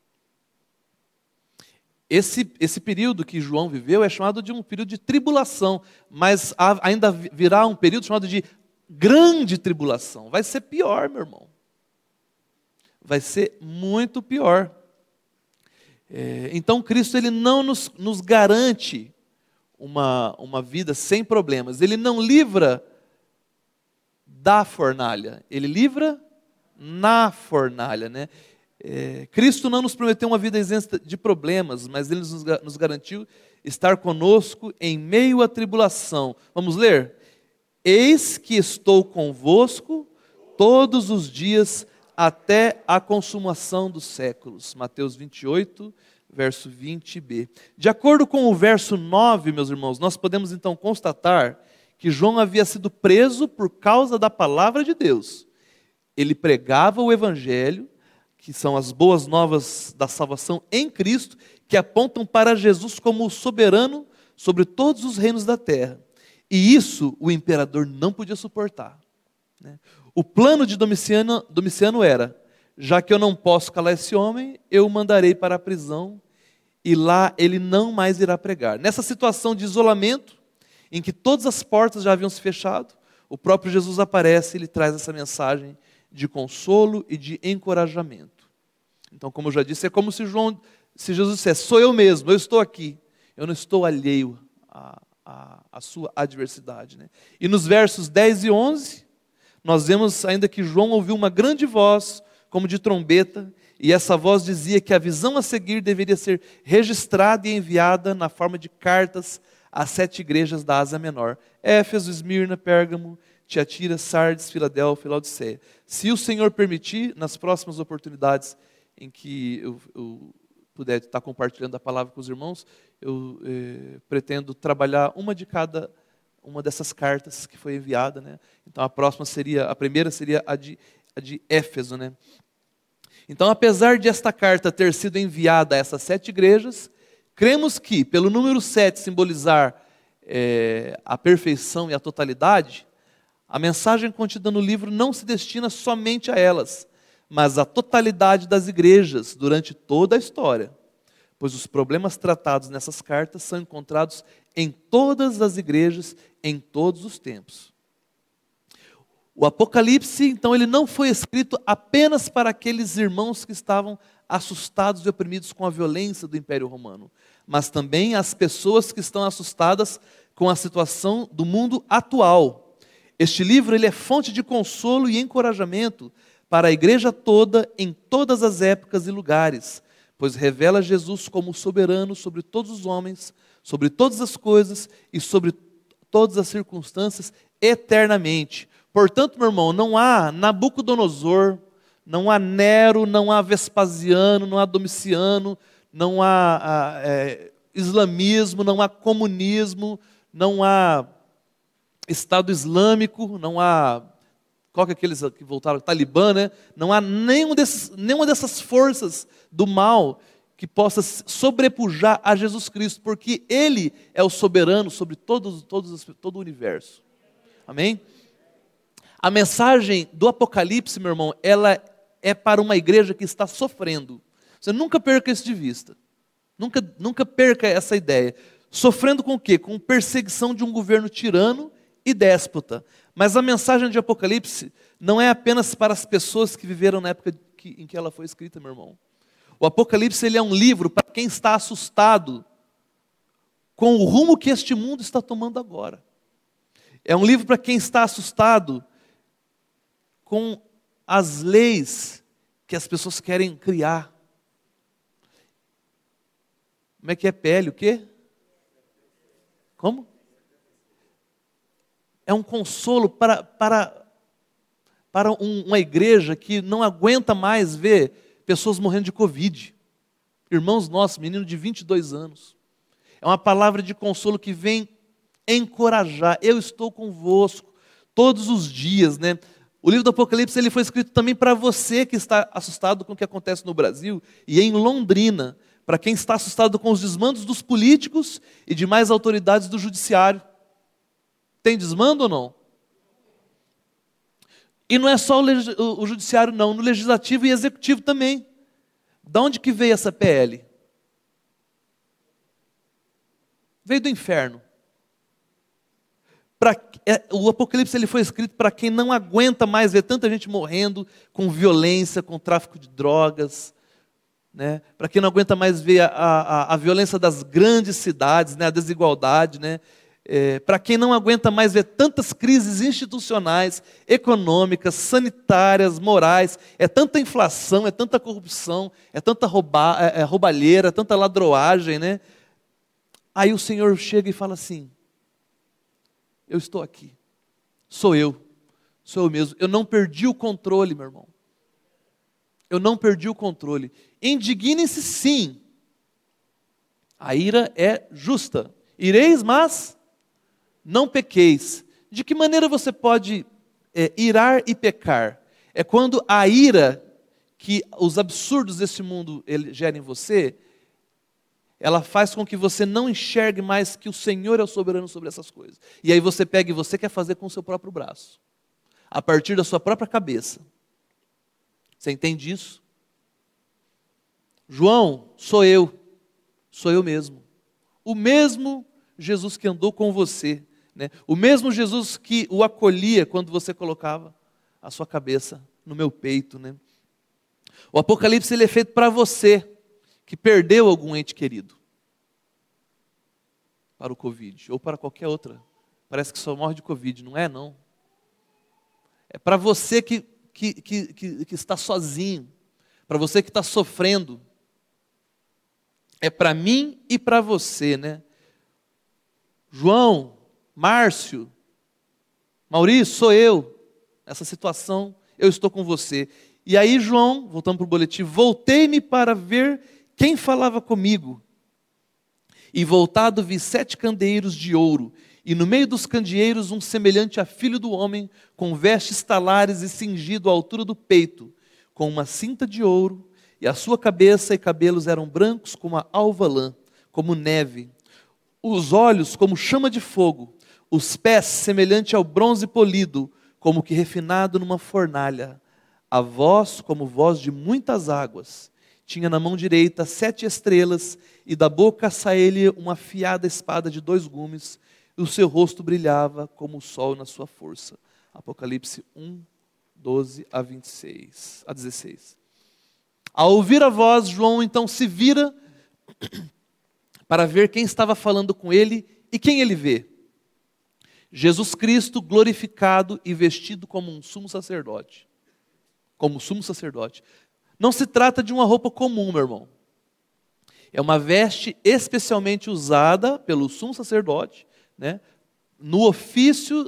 Esse período que João viveu é chamado de um período de tribulação, mas ainda virá um período chamado de grande tribulação. Vai ser pior, meu irmão. Vai ser muito pior. Então Cristo, ele não nos garante uma vida sem problemas. Ele não livra da fornalha, ele livra na fornalha, né? Cristo não nos prometeu uma vida isenta de problemas, mas Ele nos garantiu estar conosco em meio à tribulação. Vamos ler? Eis que estou convosco todos os dias até a consumação dos séculos. Mateus 28, verso 20b. De acordo com o verso 9, meus irmãos, nós podemos então constatar que João havia sido preso por causa da palavra de Deus. Ele pregava o evangelho, que são as boas novas da salvação em Cristo, que apontam para Jesus como o soberano sobre todos os reinos da terra. E isso o imperador não podia suportar, né? O plano de Domiciano era: já que eu não posso calar esse homem, eu o mandarei para a prisão, e lá ele não mais irá pregar. Nessa situação de isolamento, em que todas as portas já haviam se fechado, o próprio Jesus aparece e ele traz essa mensagem de consolo e de encorajamento. Então, como eu já disse, é como se Jesus dissesse: sou eu mesmo, eu estou aqui, eu não estou alheio à sua adversidade, né? E nos versos 10 e 11, nós vemos ainda que João ouviu uma grande voz, como de trombeta, e essa voz dizia que a visão a seguir deveria ser registrada e enviada na forma de cartas às 7 igrejas da Ásia Menor: Éfeso, Esmirna, Pérgamo, Tiatira, Sardes, Filadélfia e Laodiceia. Se o Senhor permitir, nas próximas oportunidades em que eu puder estar compartilhando a palavra com os irmãos, eu pretendo trabalhar uma dessas cartas que foi enviada, né? Então a primeira seria a de Éfeso, né? Então, apesar de esta carta ter sido enviada a essas 7 igrejas, cremos que, pelo número 7 simbolizar a perfeição e a totalidade, a mensagem contida no livro não se destina somente a elas, mas à totalidade das igrejas durante toda a história. pois os problemas tratados nessas cartas são encontrados em todas as igrejas, em todos os tempos. O Apocalipse, então, ele não foi escrito apenas para aqueles irmãos que estavam assustados e oprimidos com a violência do Império Romano, mas também as pessoas que estão assustadas com a situação do mundo atual. Este livro ele é fonte de consolo e encorajamento para a igreja toda, em todas as épocas e lugares, pois revela Jesus como soberano sobre todos os homens, sobre todas as coisas e sobre todas as circunstâncias eternamente. Portanto, meu irmão, não há Nabucodonosor, não há Nero, não há Vespasiano, não há Domiciano, não há islamismo, não há comunismo, não há Estado Islâmico, não há... Qual que é aqueles que voltaram? Talibã, né? Não há nenhuma dessas forças do mal que possa sobrepujar a Jesus Cristo, porque Ele é o soberano sobre todo o universo. Amém? A mensagem do Apocalipse, meu irmão, ela é para uma igreja que está sofrendo. Você nunca perca isso de vista. Nunca perca essa ideia. Sofrendo com o quê? Com perseguição de um governo tirano e déspota. Mas a mensagem de Apocalipse não é apenas para as pessoas que viveram na época em que ela foi escrita, meu irmão. O Apocalipse ele é um livro para quem está assustado com o rumo que este mundo está tomando agora. É um livro para quem está assustado com as leis que as pessoas querem criar. Como é que é PL? O quê? Como? É um consolo para uma igreja que não aguenta mais ver pessoas morrendo de Covid. Irmãos nossos, menino de 22 anos. É uma palavra de consolo que vem encorajar. Eu estou convosco todos os dias, né? O livro do Apocalipse ele foi escrito também para você que está assustado com o que acontece no Brasil e em Londrina, para quem está assustado com os desmandos dos políticos e demais autoridades do judiciário. Tem desmando ou não? E não é só o judiciário não, no legislativo e executivo também. Da onde que veio essa PL? Veio do inferno. O Apocalipse ele foi escrito para quem não aguenta mais ver tanta gente morrendo com violência, com tráfico de drogas, né? Para quem não aguenta mais ver a violência das grandes cidades, né? A desigualdade, né? Para quem não aguenta mais ver tantas crises institucionais, econômicas, sanitárias, morais, é tanta inflação, é tanta corrupção, é tanta roubalheira, é tanta ladroagem, né? Aí o Senhor chega e fala assim: eu estou aqui, sou eu mesmo, eu não perdi o controle, meu irmão. Eu não perdi o controle. Indignem-se sim, a ira é justa. Ireis, mas não pequeis. De que maneira você pode irar e pecar? É quando a ira que os absurdos desse mundo gerem em você, ela faz com que você não enxergue mais que o Senhor é o soberano sobre essas coisas. E aí você pega e você quer fazer com o seu próprio braço, a partir da sua própria cabeça. Você entende isso? João, sou eu mesmo. O mesmo Jesus que andou com você, né? O mesmo Jesus que o acolhia quando você colocava a sua cabeça no meu peito, né? O Apocalipse ele é feito para você que perdeu algum ente querido para o Covid ou para qualquer outra. Parece que só morre de Covid, não é não. É para você que está sozinho, para você que está sofrendo. É para mim e para você, né? João, Márcio, Maurício, sou eu. Essa situação, eu estou com você. E aí João, voltando para o boletim, voltei-me para ver quem falava comigo. E voltado vi 7 candeeiros de ouro, e no meio dos candeeiros um semelhante a filho do homem, com vestes talares e cingido à altura do peito, com uma cinta de ouro, e a sua cabeça e cabelos eram brancos como a alva lã, como neve, os olhos como chama de fogo, os pés semelhante ao bronze polido, como que refinado numa fornalha, a voz como voz de muitas águas. tinha na mão direita 7 estrelas, e da boca saía-lhe uma afiada espada de 2 gumes, e o seu rosto brilhava como o sol na sua força. Apocalipse 1, 12 a 26, a 16. Ao ouvir a voz, João então se vira para ver quem estava falando com ele, e quem ele vê? Jesus Cristo glorificado e vestido como um sumo sacerdote. Como sumo sacerdote. Não se trata de uma roupa comum, meu irmão. É uma veste especialmente usada pelo sumo sacerdote, né, no ofício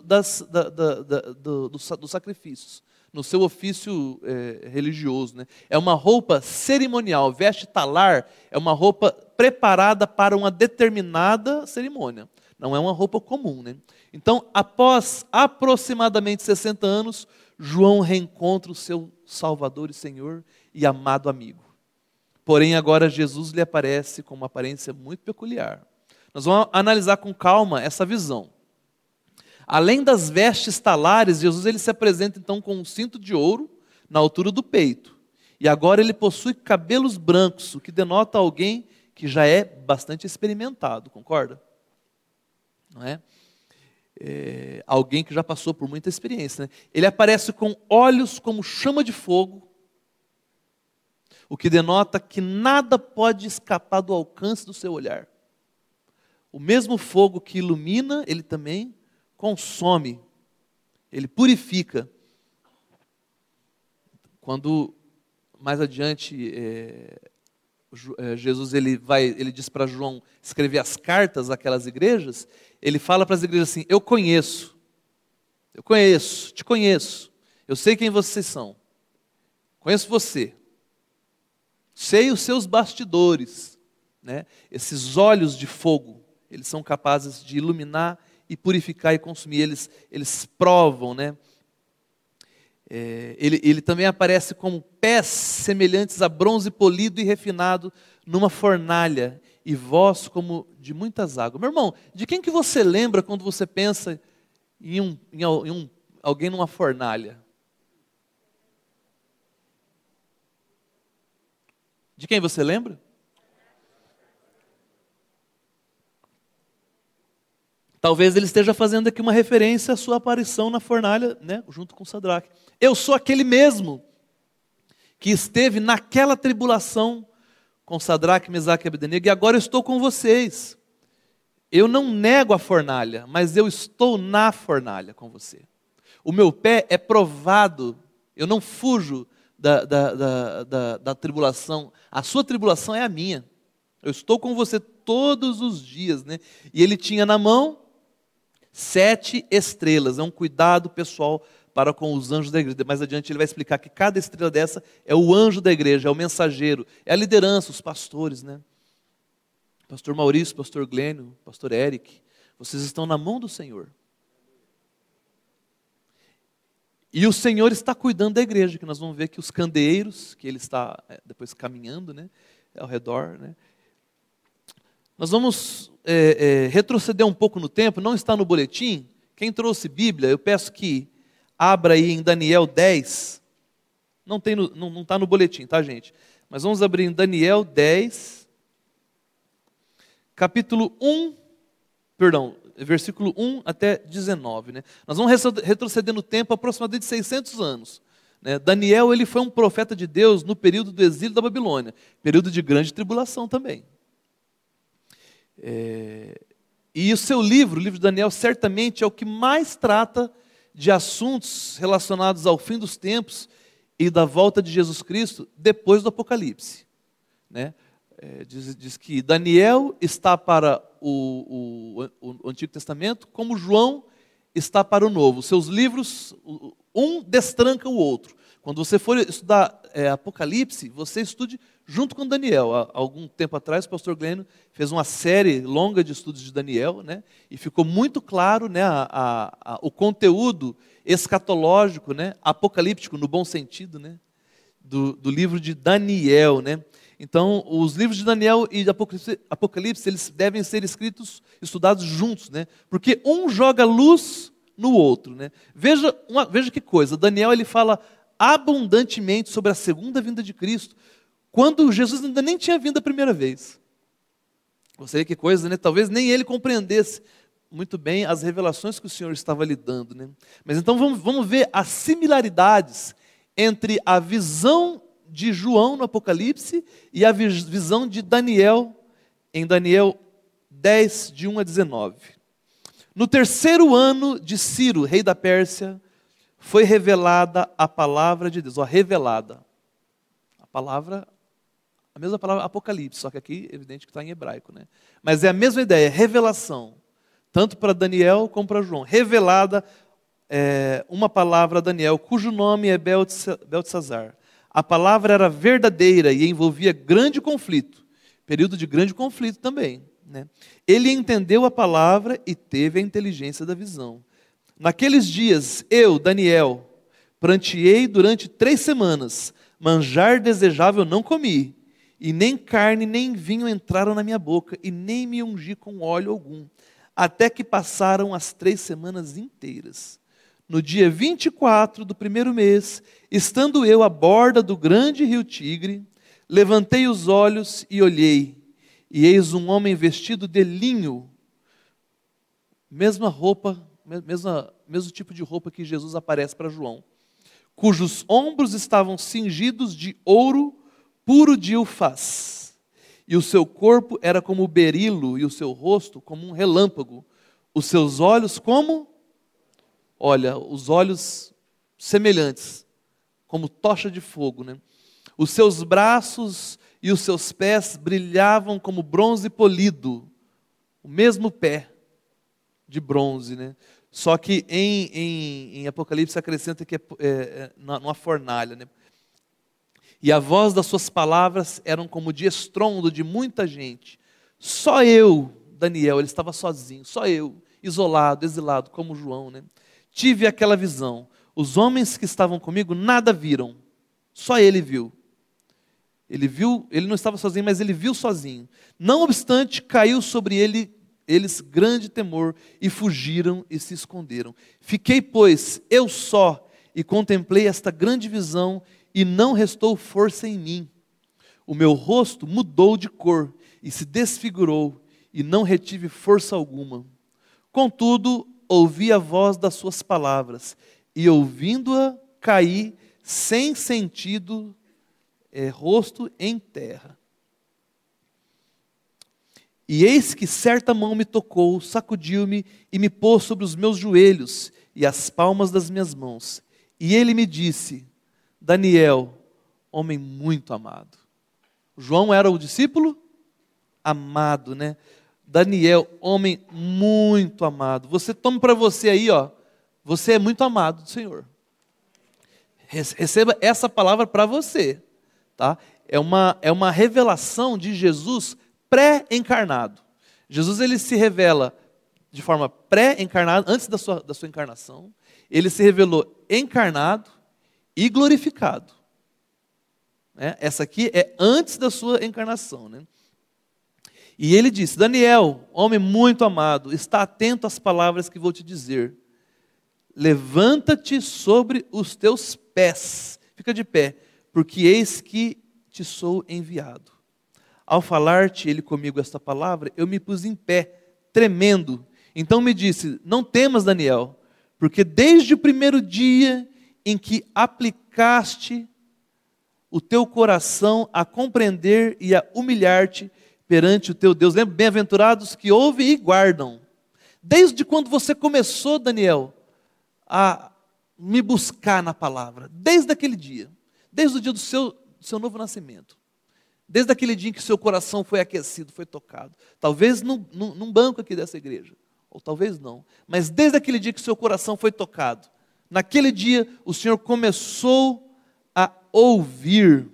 dos sacrifícios, no seu ofício religioso. Né? É uma roupa cerimonial. Veste talar é uma roupa preparada para uma determinada cerimônia. Não é uma roupa comum. Né? Então, após aproximadamente 60 anos, João reencontra o seu Salvador e Senhor e amado amigo. Porém, agora Jesus lhe aparece com uma aparência muito peculiar. Nós vamos analisar com calma essa visão. Além das vestes talares, Jesus ele se apresenta então com um cinto de ouro na altura do peito. E agora ele possui cabelos brancos, o que denota alguém que já é bastante experimentado, concorda? Não é? Alguém que já passou por muita experiência. Né? Ele aparece com olhos como chama de fogo, o que denota que nada pode escapar do alcance do seu olhar. O mesmo fogo que ilumina, ele também consome, ele purifica. Quando mais adiante Jesus ele diz para João escrever as cartas àquelas igrejas, ele fala para as igrejas assim: eu te conheço, eu sei quem vocês são, conheço você, sei os seus bastidores, né? Esses olhos de fogo, eles são capazes de iluminar e purificar e consumir, eles provam, né? Ele também aparece como pés semelhantes a bronze polido e refinado numa fornalha, e voz como de muitas águas. Meu irmão, de quem que você lembra quando você pensa em alguém numa fornalha? De quem você lembra? Talvez ele esteja fazendo aqui uma referência à sua aparição na fornalha, né, junto com Sadraque. Eu sou aquele mesmo que esteve naquela tribulação com Sadraque, Mesaque e Abednego, e agora eu estou com vocês. Eu não nego a fornalha, mas eu estou na fornalha com você. O meu pé é provado, eu não fujo da tribulação. A sua tribulação é a minha. Eu estou com você todos os dias. Né? E ele tinha na mão 7 estrelas, é um cuidado pessoal para com os anjos da igreja. Mais adiante ele vai explicar que cada estrela dessa é o anjo da igreja, é o mensageiro, é a liderança, os pastores, né? Pastor Maurício, pastor Glênio, pastor Eric, vocês estão na mão do Senhor. E o Senhor está cuidando da igreja, que nós vamos ver que os candeeiros, que ele está depois caminhando, né, ao redor, né? Nós vamos retroceder um pouco no tempo, não está no boletim. Quem trouxe Bíblia, eu peço que abra aí em Daniel 10. Não está no boletim, tá, gente? Mas vamos abrir em Daniel 10, versículo 1 até 19. Né? Nós vamos retroceder no tempo aproximadamente 600 anos. Né? Daniel ele foi um profeta de Deus no período do exílio da Babilônia, período de grande tribulação também. E o seu livro, o livro de Daniel, certamente é o que mais trata de assuntos relacionados ao fim dos tempos e da volta de Jesus Cristo depois do Apocalipse. Né? Diz que Daniel está para o Antigo Testamento, como João está para o Novo. Seus livros, um destranca o outro. Quando você for estudar Apocalipse, você estude junto com Daniel. Há algum tempo atrás, o pastor Glênio fez uma série longa de estudos de Daniel, né? E ficou muito claro, né, o conteúdo escatológico, né, apocalíptico, no bom sentido, né, do livro de Daniel. Né? Então, os livros de Daniel e de Apocalipse, eles devem ser estudados juntos, né? Porque um joga luz no outro. Né? Veja que coisa, Daniel ele fala abundantemente sobre a segunda vinda de Cristo, quando Jesus ainda nem tinha vindo a primeira vez. Você vê que coisa, né? Talvez nem ele compreendesse muito bem as revelações que o Senhor estava lhe dando, né? Mas então vamos ver as similaridades entre a visão de João no Apocalipse e a visão de Daniel, em Daniel 10, de 1 a 19. No terceiro ano de Ciro, rei da Pérsia, foi revelada a palavra de Deus. Revelada. A mesma palavra Apocalipse, só que aqui, evidente que está em hebraico, né? Mas é a mesma ideia, revelação. Tanto para Daniel como para João. Revelada uma palavra a Daniel, cujo nome é Beltesazar. A palavra era verdadeira e envolvia grande conflito. Período de grande conflito também, né? Ele entendeu a palavra e teve a inteligência da visão. Naqueles dias, eu, Daniel, pranteei durante 3 semanas. Manjar desejável não comi, e nem carne nem vinho entraram na minha boca, e nem me ungi com óleo algum, até que passaram as 3 semanas inteiras. No dia 24 do primeiro mês, estando eu à borda do grande rio Tigre, levantei os olhos e olhei, e eis um homem vestido de linho, mesma roupa, mesmo tipo de roupa que Jesus aparece para João, cujos ombros estavam cingidos de ouro puro de Ufaz, e o seu corpo era como berilo, e o seu rosto como um relâmpago, os seus olhos como, os olhos semelhantes, como tocha de fogo, né? Os seus braços e os seus pés brilhavam como bronze polido, o mesmo pé de bronze, né? Só que em Apocalipse acrescenta que numa fornalha, né? E a voz das suas palavras eram como de estrondo de muita gente. Só eu, Daniel, ele estava sozinho, só eu, isolado, exilado, como João, né? Tive aquela visão. Os homens que estavam comigo nada viram, só ele viu. Ele não estava sozinho, mas ele viu sozinho. Não obstante, caiu sobre eles grande temor, e fugiram e se esconderam. Fiquei, pois, eu só, e contemplei esta grande visão, e não restou força em mim. O meu rosto mudou de cor, e se desfigurou, e não retive força alguma. Contudo, ouvi a voz das suas palavras, e ouvindo-a, caí, sem sentido, rosto em terra. E eis que certa mão me tocou, sacudiu-me e me pôs sobre os meus joelhos e as palmas das minhas mãos. E ele me disse: Daniel, homem muito amado. João era o discípulo amado, né? Daniel, homem muito amado. Você toma para você aí, você é muito amado do Senhor. Receba essa palavra para você, tá? É uma revelação de Jesus pré-encarnado. Jesus, ele se revela de forma pré-encarnada, antes da sua encarnação. Ele se revelou encarnado e glorificado, né? Essa aqui é antes da sua encarnação, né? E ele disse: Daniel, homem muito amado, está atento às palavras que vou te dizer. Levanta-te sobre os teus pés, fica de pé, porque eis que te sou enviado. Ao falar-te ele comigo esta palavra, eu me pus em pé, tremendo. Então me disse: não temas, Daniel, porque desde o primeiro dia em que aplicaste o teu coração a compreender e a humilhar-te perante o teu Deus. Lembra, bem-aventurados que ouvem e guardam. Desde quando você começou, Daniel, a me buscar na palavra, desde aquele dia, desde o dia do seu novo nascimento, desde aquele dia em que seu coração foi aquecido, foi tocado, talvez num banco aqui dessa igreja, ou talvez não, mas desde aquele dia que seu coração foi tocado, naquele dia o Senhor começou a ouvir,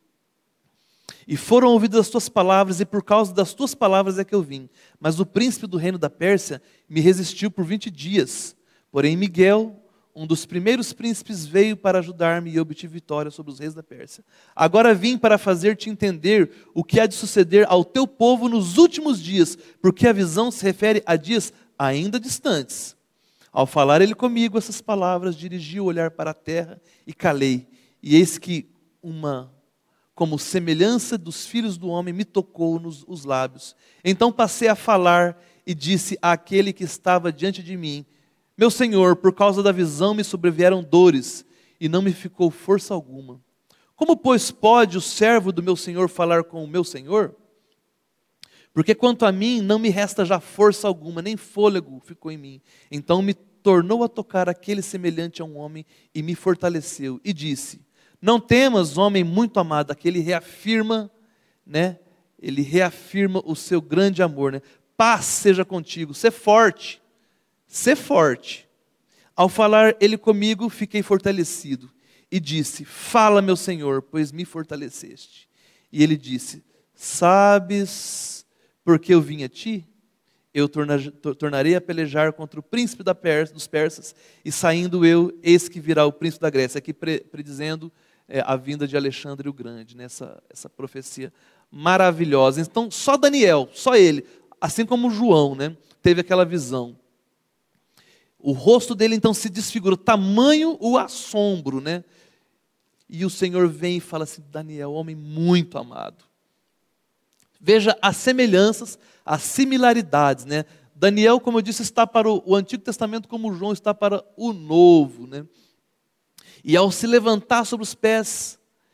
e foram ouvidas as tuas palavras, e por causa das tuas palavras é que eu vim. Mas o príncipe do reino da Pérsia me resistiu por 20 dias. Porém Miguel, um dos primeiros príncipes, veio para ajudar-me, e eu obtive vitória sobre os reis da Pérsia. Agora vim para fazer-te entender o que há de suceder ao teu povo nos últimos dias, porque a visão se refere a dias ainda distantes. Ao falar ele comigo essas palavras, dirigi o olhar para a terra e calei. E eis que como semelhança dos filhos do homem, me tocou nos os lábios. Então passei a falar e disse àquele que estava diante de mim: meu Senhor, por causa da visão me sobrevieram dores, e não me ficou força alguma. Como, pois, pode o servo do meu Senhor falar com o meu Senhor? Porque quanto a mim, não me resta já força alguma, nem fôlego ficou em mim. Então me tornou a tocar aquele semelhante a um homem e me fortaleceu. E disse: não temas, homem muito amado. Aquele reafirma, né? Ele reafirma o seu grande amor, né? Paz seja contigo, ser forte. Ser forte. Ao falar ele comigo, fiquei fortalecido. E disse: fala, meu Senhor, pois me fortaleceste. E ele disse: sabes porque eu vim a ti? Eu tornarei a pelejar contra o príncipe dos persas, e saindo eu, eis que virá o príncipe da Grécia. Aqui predizendo a vinda de Alexandre o Grande, né? Essa profecia maravilhosa. Então, só Daniel, só ele, assim como João, né? Teve aquela visão. O rosto dele então se desfigurou, tamanho o assombro, né? E o Senhor vem e fala assim: Daniel, homem muito amado. Veja as semelhanças, as similaridades, né? Daniel, como eu disse, está para o Antigo Testamento, como João está para o Novo, né? E ao se levantar sobre os pés,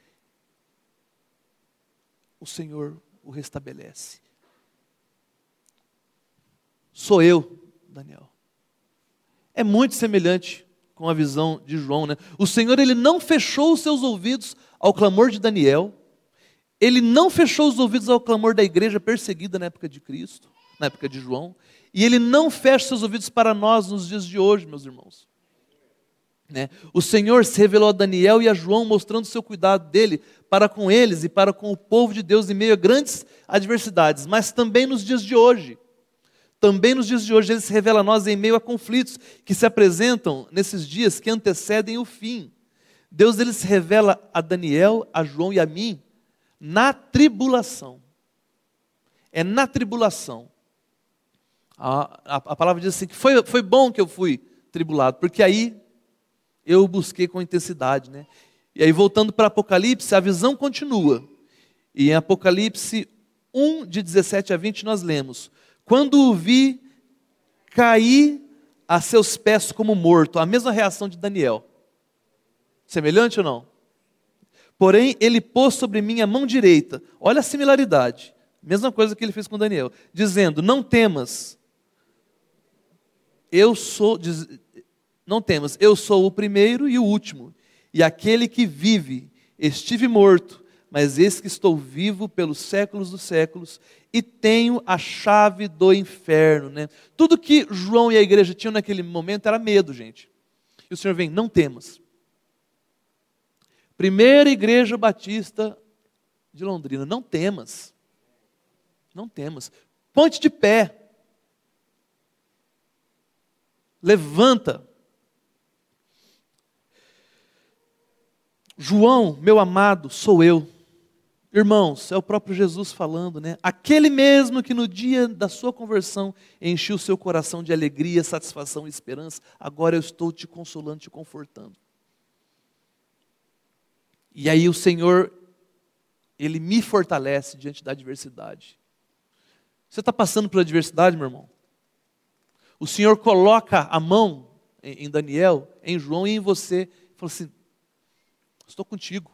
o Senhor o restabelece. Sou eu, Daniel. É muito semelhante com a visão de João, né? O Senhor, ele não fechou os seus ouvidos ao clamor de Daniel. Ele não fechou os ouvidos ao clamor da igreja perseguida na época de Cristo, na época de João. E ele não fecha seus ouvidos para nós nos dias de hoje, meus irmãos. Né? O Senhor se revelou a Daniel e a João, mostrando o seu cuidado dele para com eles e para com o povo de Deus em meio a grandes adversidades. Mas também nos dias de hoje. Também nos dias de hoje ele se revela a nós em meio a conflitos que se apresentam nesses dias que antecedem o fim. Deus, ele se revela a Daniel, a João e a mim na tribulação. É na tribulação. A palavra diz assim, que foi bom que eu fui tribulado, porque aí eu busquei com intensidade, né? E aí voltando para Apocalipse, a visão continua. E em Apocalipse 1, de 17 a 20, nós lemos: quando o vi, caí a seus pés como morto. A mesma reação de Daniel. Semelhante ou não? Porém, ele pôs sobre mim a mão direita. Olha a similaridade. Mesma coisa que ele fez com Daniel. Dizendo: não temas. Não temas, eu sou o primeiro e o último. E aquele que vive, estive morto, mas eis que estou vivo pelos séculos dos séculos, e tenho a chave do inferno. Né? Tudo que João e a igreja tinham naquele momento era medo, gente. E o Senhor vem: não temas. Primeira Igreja Batista de Londrina, não temas. Não temas. Ponte de pé. Levanta. João, meu amado, sou eu. Irmãos, é o próprio Jesus falando, né? Aquele mesmo que no dia da sua conversão encheu o seu coração de alegria, satisfação e esperança, agora eu estou te consolando, te confortando. E aí o Senhor, ele me fortalece diante da adversidade. Você está passando por adversidade, meu irmão? O Senhor coloca a mão em Daniel, em João e em você, e fala assim: estou contigo.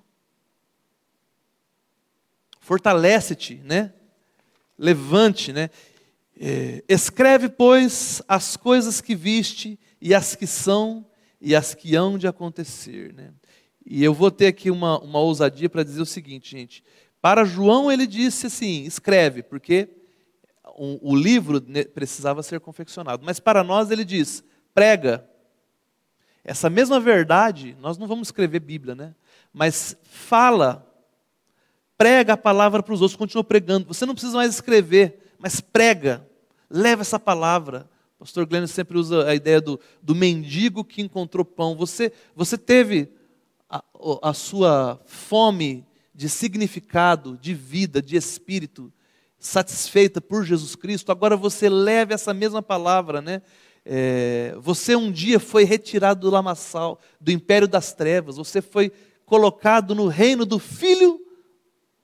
Fortalece-te, né? Levante, né? Escreve, pois, as coisas que viste, e as que são, e as que hão de acontecer, né? E eu vou ter aqui uma ousadia para dizer o seguinte, gente. Para João ele disse assim: escreve, porque o livro precisava ser confeccionado. Mas para nós ele diz: prega. Essa mesma verdade, nós não vamos escrever Bíblia, né? Mas fala, prega a palavra para os outros, continua pregando. Você não precisa mais escrever, mas prega, leva essa palavra. O pastor Glenn sempre usa a ideia do mendigo que encontrou pão. Você teve a sua fome de significado, de vida, de espírito, satisfeita por Jesus Cristo, agora você leva essa mesma palavra, né? Você um dia foi retirado do lamaçal, do império das trevas, você foi colocado no reino do Filho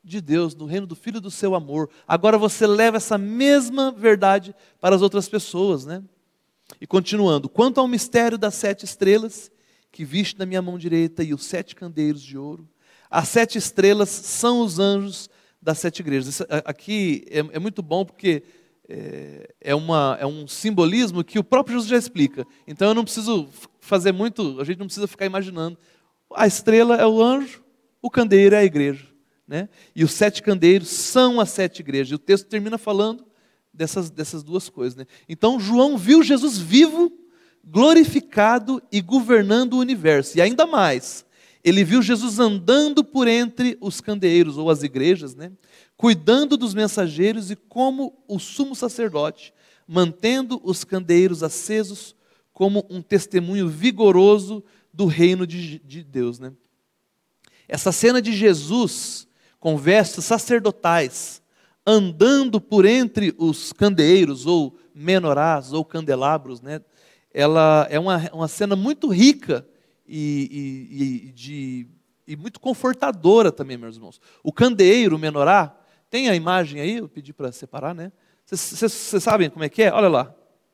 de Deus, no reino do Filho do seu amor. Agora você leva essa mesma verdade para as outras pessoas, né? E continuando, quanto ao mistério das 7 estrelas, que viste na minha mão direita, e os 7 candeeiros de ouro, as 7 estrelas são os anjos das 7 igrejas. Isso aqui é muito bom porque é um simbolismo que o próprio Jesus já explica. Então eu não preciso fazer muito, a gente não precisa ficar imaginando. A estrela é o anjo, o candeeiro é a igreja, né? E os 7 candeeiros são as 7 igrejas. E o texto termina falando dessas duas coisas, né? Então João viu Jesus vivo, glorificado e governando o universo. E ainda mais, ele viu Jesus andando por entre os candeeiros, ou as igrejas, né? Cuidando dos mensageiros e como o sumo sacerdote, mantendo os candeeiros acesos como um testemunho vigoroso do reino de Deus, né? Essa cena de Jesus com vestes sacerdotais, andando por entre os candeeiros, ou menorás, ou candelabros, né? Ela é uma cena muito rica e muito confortadora também, meus irmãos. O candeeiro, o menorá, tem a imagem aí? Eu pedi para separar, né? Vocês sabem como é que é? Olha lá.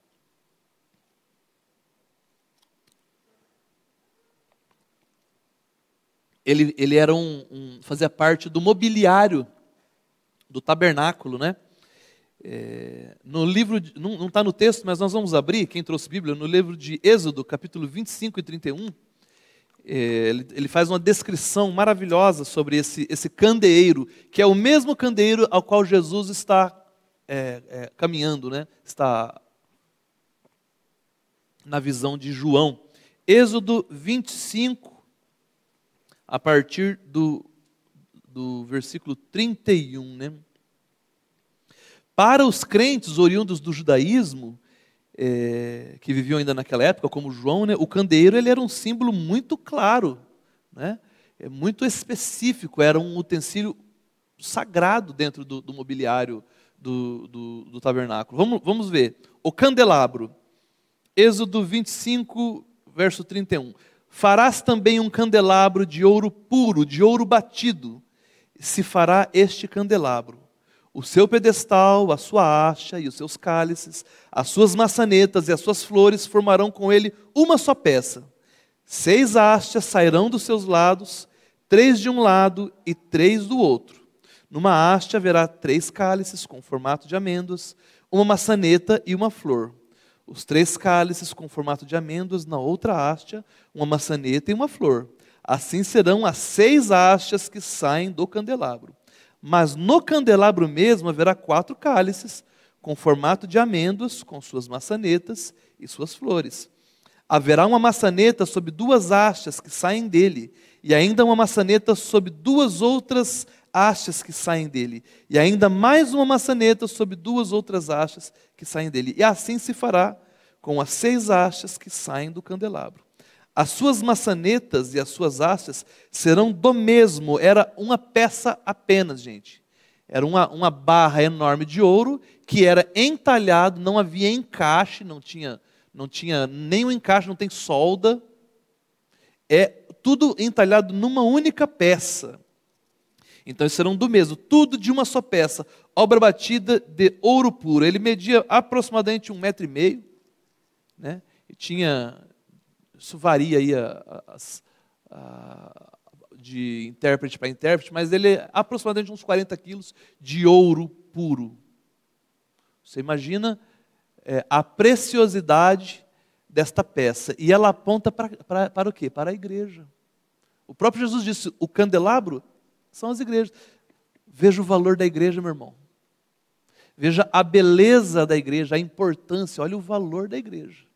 Ele era fazia parte do mobiliário do tabernáculo, né? No livro, não está no texto, mas nós vamos abrir, quem trouxe Bíblia, no livro de Êxodo, capítulo 25 e 31, ele faz uma descrição maravilhosa sobre esse candeeiro, que é o mesmo candeeiro ao qual Jesus está caminhando, né? Está na visão de João. Êxodo 25, a partir do versículo 31, né? Para os crentes oriundos do judaísmo, que viviam ainda naquela época, como João, né, o candeeiro ele era um símbolo muito claro, né? Muito específico, era um utensílio sagrado dentro do mobiliário do tabernáculo. Vamos ver. O candelabro, Êxodo 25, verso 31. Farás também um candelabro de ouro puro, de ouro batido, se fará este candelabro. O seu pedestal, a sua haste e os seus cálices, as suas maçanetas e as suas flores formarão com ele uma só peça. 6 hastes sairão dos seus lados, 3 de um lado e 3 do outro. Numa haste haverá 3 cálices com formato de amêndoas, uma maçaneta e uma flor. Os 3 cálices com formato de amêndoas na outra haste, uma maçaneta e uma flor. Assim serão as 6 hastes que saem do candelabro. Mas no candelabro mesmo haverá 4 cálices, com formato de amêndoas, com suas maçanetas e suas flores. Haverá uma maçaneta sob 2 hastes que saem dele, e ainda uma maçaneta sob 2 outras hastes que saem dele, e ainda mais uma maçaneta sob 2 outras hastes que saem dele. E assim se fará com as 6 hastes que saem do candelabro. As suas maçanetas e as suas hastes serão do mesmo, era uma peça apenas, gente. Era uma barra enorme de ouro que era entalhado, não havia encaixe, não tinha nenhum encaixe, não tem solda. É tudo entalhado numa única peça. Então, eles serão do mesmo, tudo de uma só peça, obra batida de ouro puro. Ele media aproximadamente 1,5 metro, né? E tinha... Isso varia aí de intérprete para intérprete, mas ele é aproximadamente uns 40 quilos de ouro puro. Você imagina a preciosidade desta peça. E ela aponta para o quê? Para a igreja. O próprio Jesus disse, o candelabro são as igrejas. Veja o valor da igreja, meu irmão. Veja a beleza da igreja, a importância, olha o valor da igreja.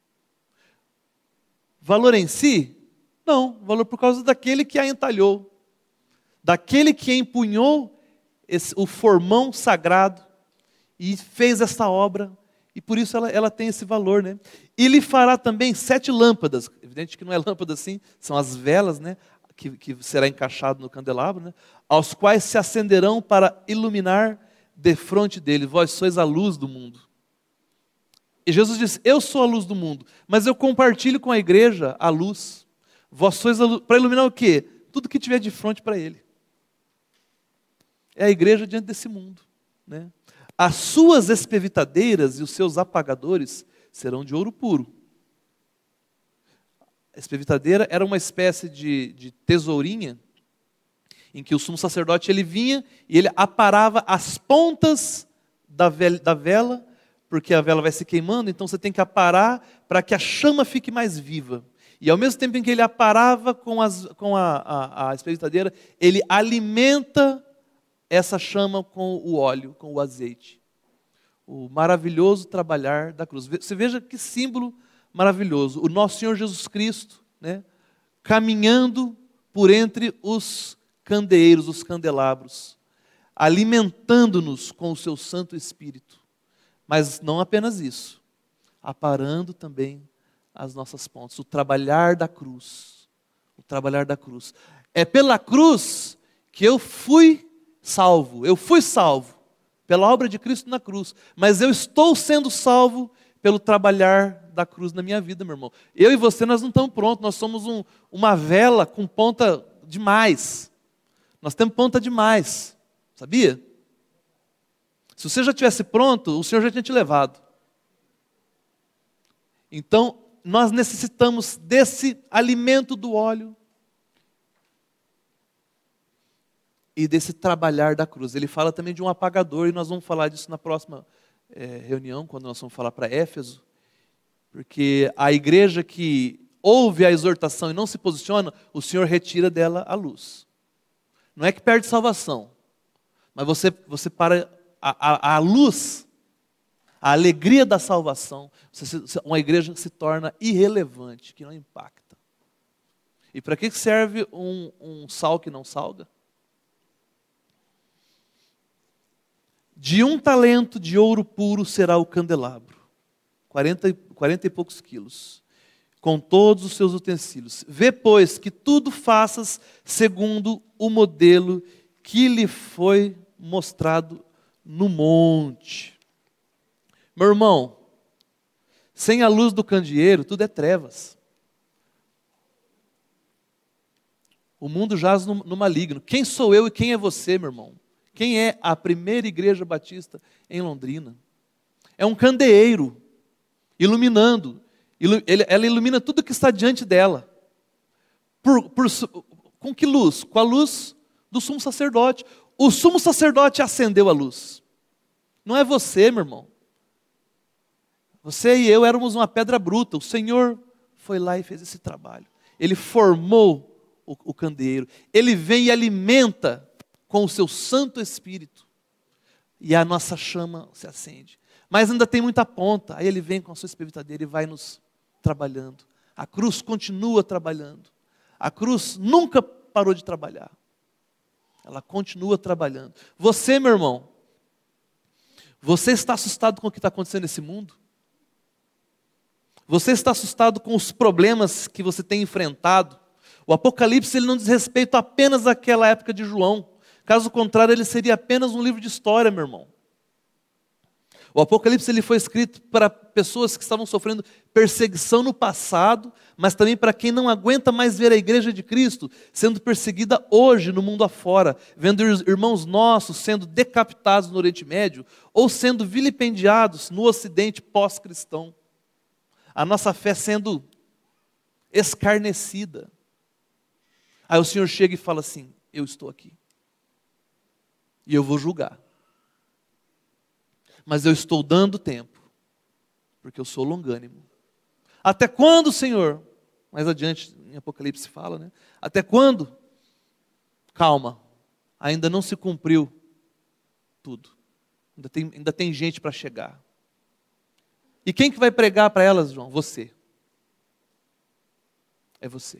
Valor em si? Não, valor por causa daquele que a entalhou, daquele que empunhou o formão sagrado e fez essa obra, e por isso ela tem esse valor, né? E lhe fará também 7 lâmpadas, evidente que não é lâmpada assim, são as velas, né? Que será encaixado no candelabro, né? Aos quais se acenderão para iluminar defronte dele, vós sois a luz do mundo. E Jesus disse, eu sou a luz do mundo, mas eu compartilho com a igreja a luz. Vós sois a luz, para iluminar o quê? Tudo que tiver de frente para ele. é a igreja diante desse mundo, né? As suas espevitadeiras e os seus apagadores serão de ouro puro. A espevitadeira era uma espécie de tesourinha em que o sumo sacerdote ele vinha e ele aparava as pontas da vela, porque a vela vai se queimando, então você tem que aparar para que a chama fique mais viva. E ao mesmo tempo em que ele aparava com a espevitadeira, ele alimenta essa chama com o óleo, com o azeite. O maravilhoso trabalhar da cruz. Você veja que símbolo maravilhoso. O nosso Senhor Jesus Cristo, né, caminhando por entre os candeeiros, os candelabros, alimentando-nos com o seu Santo Espírito. Mas não apenas isso, aparando também as nossas pontas. O trabalhar da cruz. O trabalhar da cruz. É pela cruz que eu fui salvo. Eu fui salvo pela obra de Cristo na cruz. Mas eu estou sendo salvo pelo trabalhar da cruz na minha vida, meu irmão. Eu e você, nós não estamos prontos. Nós somos uma vela com ponta demais. Nós temos ponta demais. Sabia? Se você já tivesse pronto, o Senhor já tinha te levado. Então, nós necessitamos desse alimento do óleo e desse trabalhar da cruz. Ele fala também de um apagador, e nós vamos falar disso na próxima reunião, quando nós vamos falar para Éfeso, porque a igreja que ouve a exortação e não se posiciona, o Senhor retira dela a luz. Não é que perde salvação, mas você para a luz, a alegria da salvação, uma igreja se torna irrelevante, que não impacta. E para que serve um sal que não salga? De 1 talento de ouro puro será o candelabro, 40 e poucos quilos, com todos os seus utensílios. Vê, pois, que tudo faças segundo o modelo que lhe foi mostrado no monte. Meu irmão, sem a luz do candeeiro, tudo é trevas. O mundo jaz no maligno. Quem sou eu e quem é você, meu irmão? Quem é a primeira igreja batista em Londrina? É um candeeiro, iluminando. Ela ilumina tudo que está diante dela. Com que luz? Com a luz do sumo sacerdote. O sumo sacerdote acendeu a luz. Não é você, meu irmão. Você e eu éramos uma pedra bruta. O Senhor foi lá e fez esse trabalho. Ele formou o candeeiro. Ele vem e alimenta com o seu Santo Espírito. E a nossa chama se acende. Mas ainda tem muita ponta. Aí ele vem com a sua espevitadeira e vai nos trabalhando. A cruz continua trabalhando. A cruz nunca parou de trabalhar. Ela continua trabalhando. Você, meu irmão, você está assustado com o que está acontecendo nesse mundo? Você está assustado com os problemas que você tem enfrentado? O Apocalipse ele não diz respeito apenas àquela época de João. Caso contrário, ele seria apenas um livro de história, meu irmão. O Apocalipse ele foi escrito para pessoas que estavam sofrendo perseguição no passado, mas também para quem não aguenta mais ver a igreja de Cristo sendo perseguida hoje no mundo afora, vendo irmãos nossos sendo decapitados no Oriente Médio ou sendo vilipendiados no Ocidente pós-cristão. A nossa fé sendo escarnecida. Aí o Senhor chega e fala assim: eu estou aqui. E eu vou julgar. Mas eu estou dando tempo, porque eu sou longânimo. Até quando, Senhor? Mais adiante em Apocalipse fala, né? Até quando? Calma, ainda não se cumpriu tudo. Ainda tem gente para chegar. E quem que vai pregar para elas, João? Você. É você.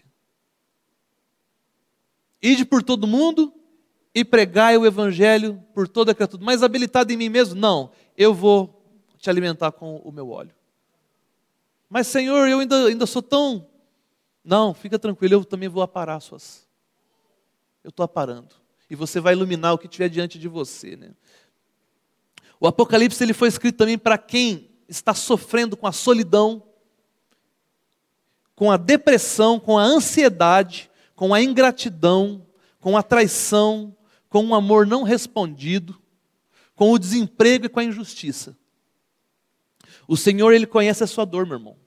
Ide por todo mundo e pregai o evangelho por toda a criatura. Mas habilitado em mim mesmo? Não. Eu vou te alimentar com o meu óleo. Mas, Senhor, eu ainda sou tão... Não, fica tranquilo, eu também vou aparar suas... Eu estou aparando. E você vai iluminar o que tiver diante de você, né? O Apocalipse ele foi escrito também para quem está sofrendo com a solidão, com a depressão, com a ansiedade, com a ingratidão, com a traição, com um amor não respondido, com o desemprego e com a injustiça. O Senhor, Ele conhece a sua dor, meu irmão.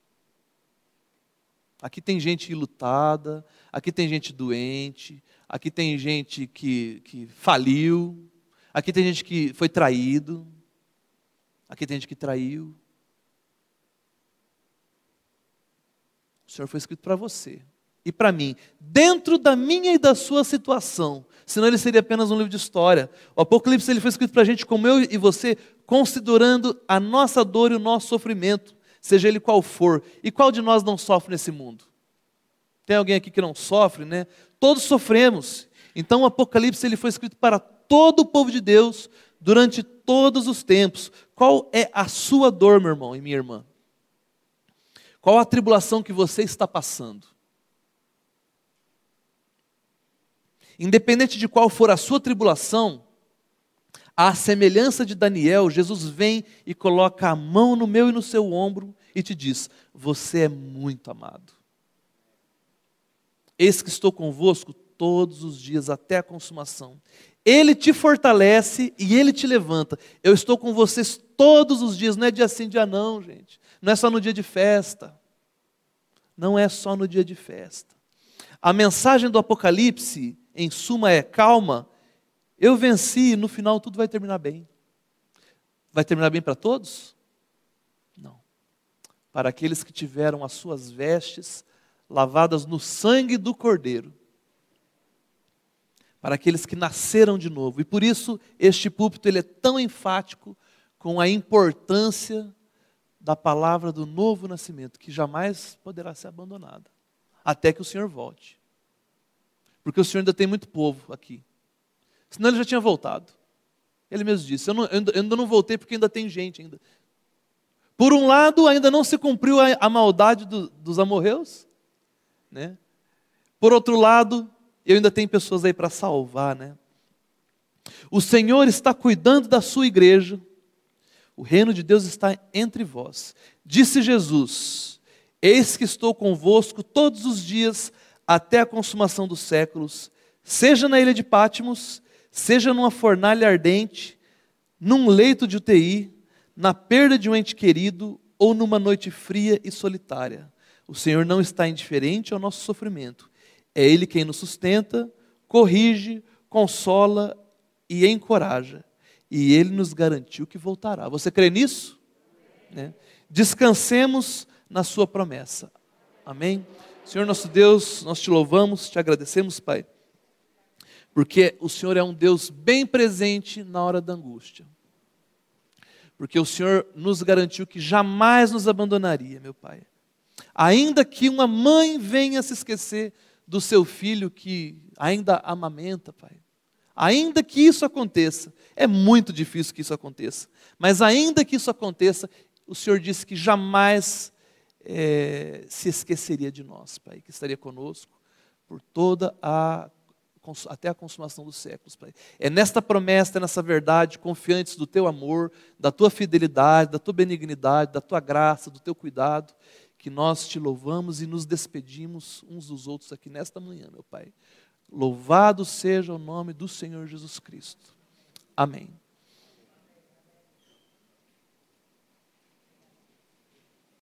Aqui tem gente enlutada, aqui tem gente doente, aqui tem gente que faliu, aqui tem gente que foi traído, aqui tem gente que traiu. O Senhor foi escrito para você e para mim, dentro da minha e da sua situação, senão ele seria apenas um livro de história. O Apocalipse ele foi escrito para a gente, como eu e você, considerando a nossa dor e o nosso sofrimento, seja ele qual for. E qual de nós não sofre nesse mundo? Tem alguém aqui que não sofre, né? Todos sofremos. Então o Apocalipse ele foi escrito para todo o povo de Deus, durante todos os tempos. Qual é a sua dor, meu irmão e minha irmã? Qual a tribulação que você está passando? Independente de qual for a sua tribulação, à semelhança de Daniel, Jesus vem e coloca a mão no meu e no seu ombro e te diz: você é muito amado. Eis que estou convosco todos os dias até a consumação. Ele te fortalece e Ele te levanta. Eu estou com vocês todos os dias, não é dia sim, dia não, gente. Não é só no dia de festa. Não é só no dia de festa. A mensagem do Apocalipse, em suma, é: calma, eu venci e no final tudo vai terminar bem. Vai terminar bem para todos? Não. Para aqueles que tiveram as suas vestes lavadas no sangue do Cordeiro. Para aqueles que nasceram de novo. E por isso este púlpito ele é tão enfático com a importância da palavra do novo nascimento, que jamais poderá ser abandonada, até que o Senhor volte. Porque o Senhor ainda tem muito povo aqui. Senão ele já tinha voltado. Ele mesmo disse: eu ainda não voltei porque ainda tem gente ainda. Por um lado, ainda não se cumpriu a maldade dos amorreus, né? Por outro lado, eu ainda tenho pessoas aí para salvar, né? O Senhor está cuidando da sua igreja. O reino de Deus está entre vós. Disse Jesus: eis que estou convosco todos os dias até a consumação dos séculos, seja na ilha de Patmos, seja numa fornalha ardente, num leito de UTI, na perda de um ente querido ou numa noite fria e solitária. O Senhor não está indiferente ao nosso sofrimento. É Ele quem nos sustenta, corrige, consola e encoraja. E Ele nos garantiu que voltará. Você crê nisso? Né? Descansemos na sua promessa. Amém? Senhor nosso Deus, nós te louvamos, te agradecemos, Pai, porque o Senhor é um Deus bem presente na hora da angústia. Porque o Senhor nos garantiu que jamais nos abandonaria, meu Pai. Ainda que uma mãe venha se esquecer do seu filho que ainda amamenta, Pai. Ainda que isso aconteça, é muito difícil que isso aconteça, mas ainda que isso aconteça, o Senhor disse que jamais se esqueceria de nós, Pai, que estaria conosco por até a consumação dos séculos, Pai. É nesta promessa, nessa verdade, confiantes do Teu amor, da Tua fidelidade, da Tua benignidade, da Tua graça, do Teu cuidado, que nós Te louvamos e nos despedimos uns dos outros aqui nesta manhã, meu Pai. Louvado seja o nome do Senhor Jesus Cristo. Amém.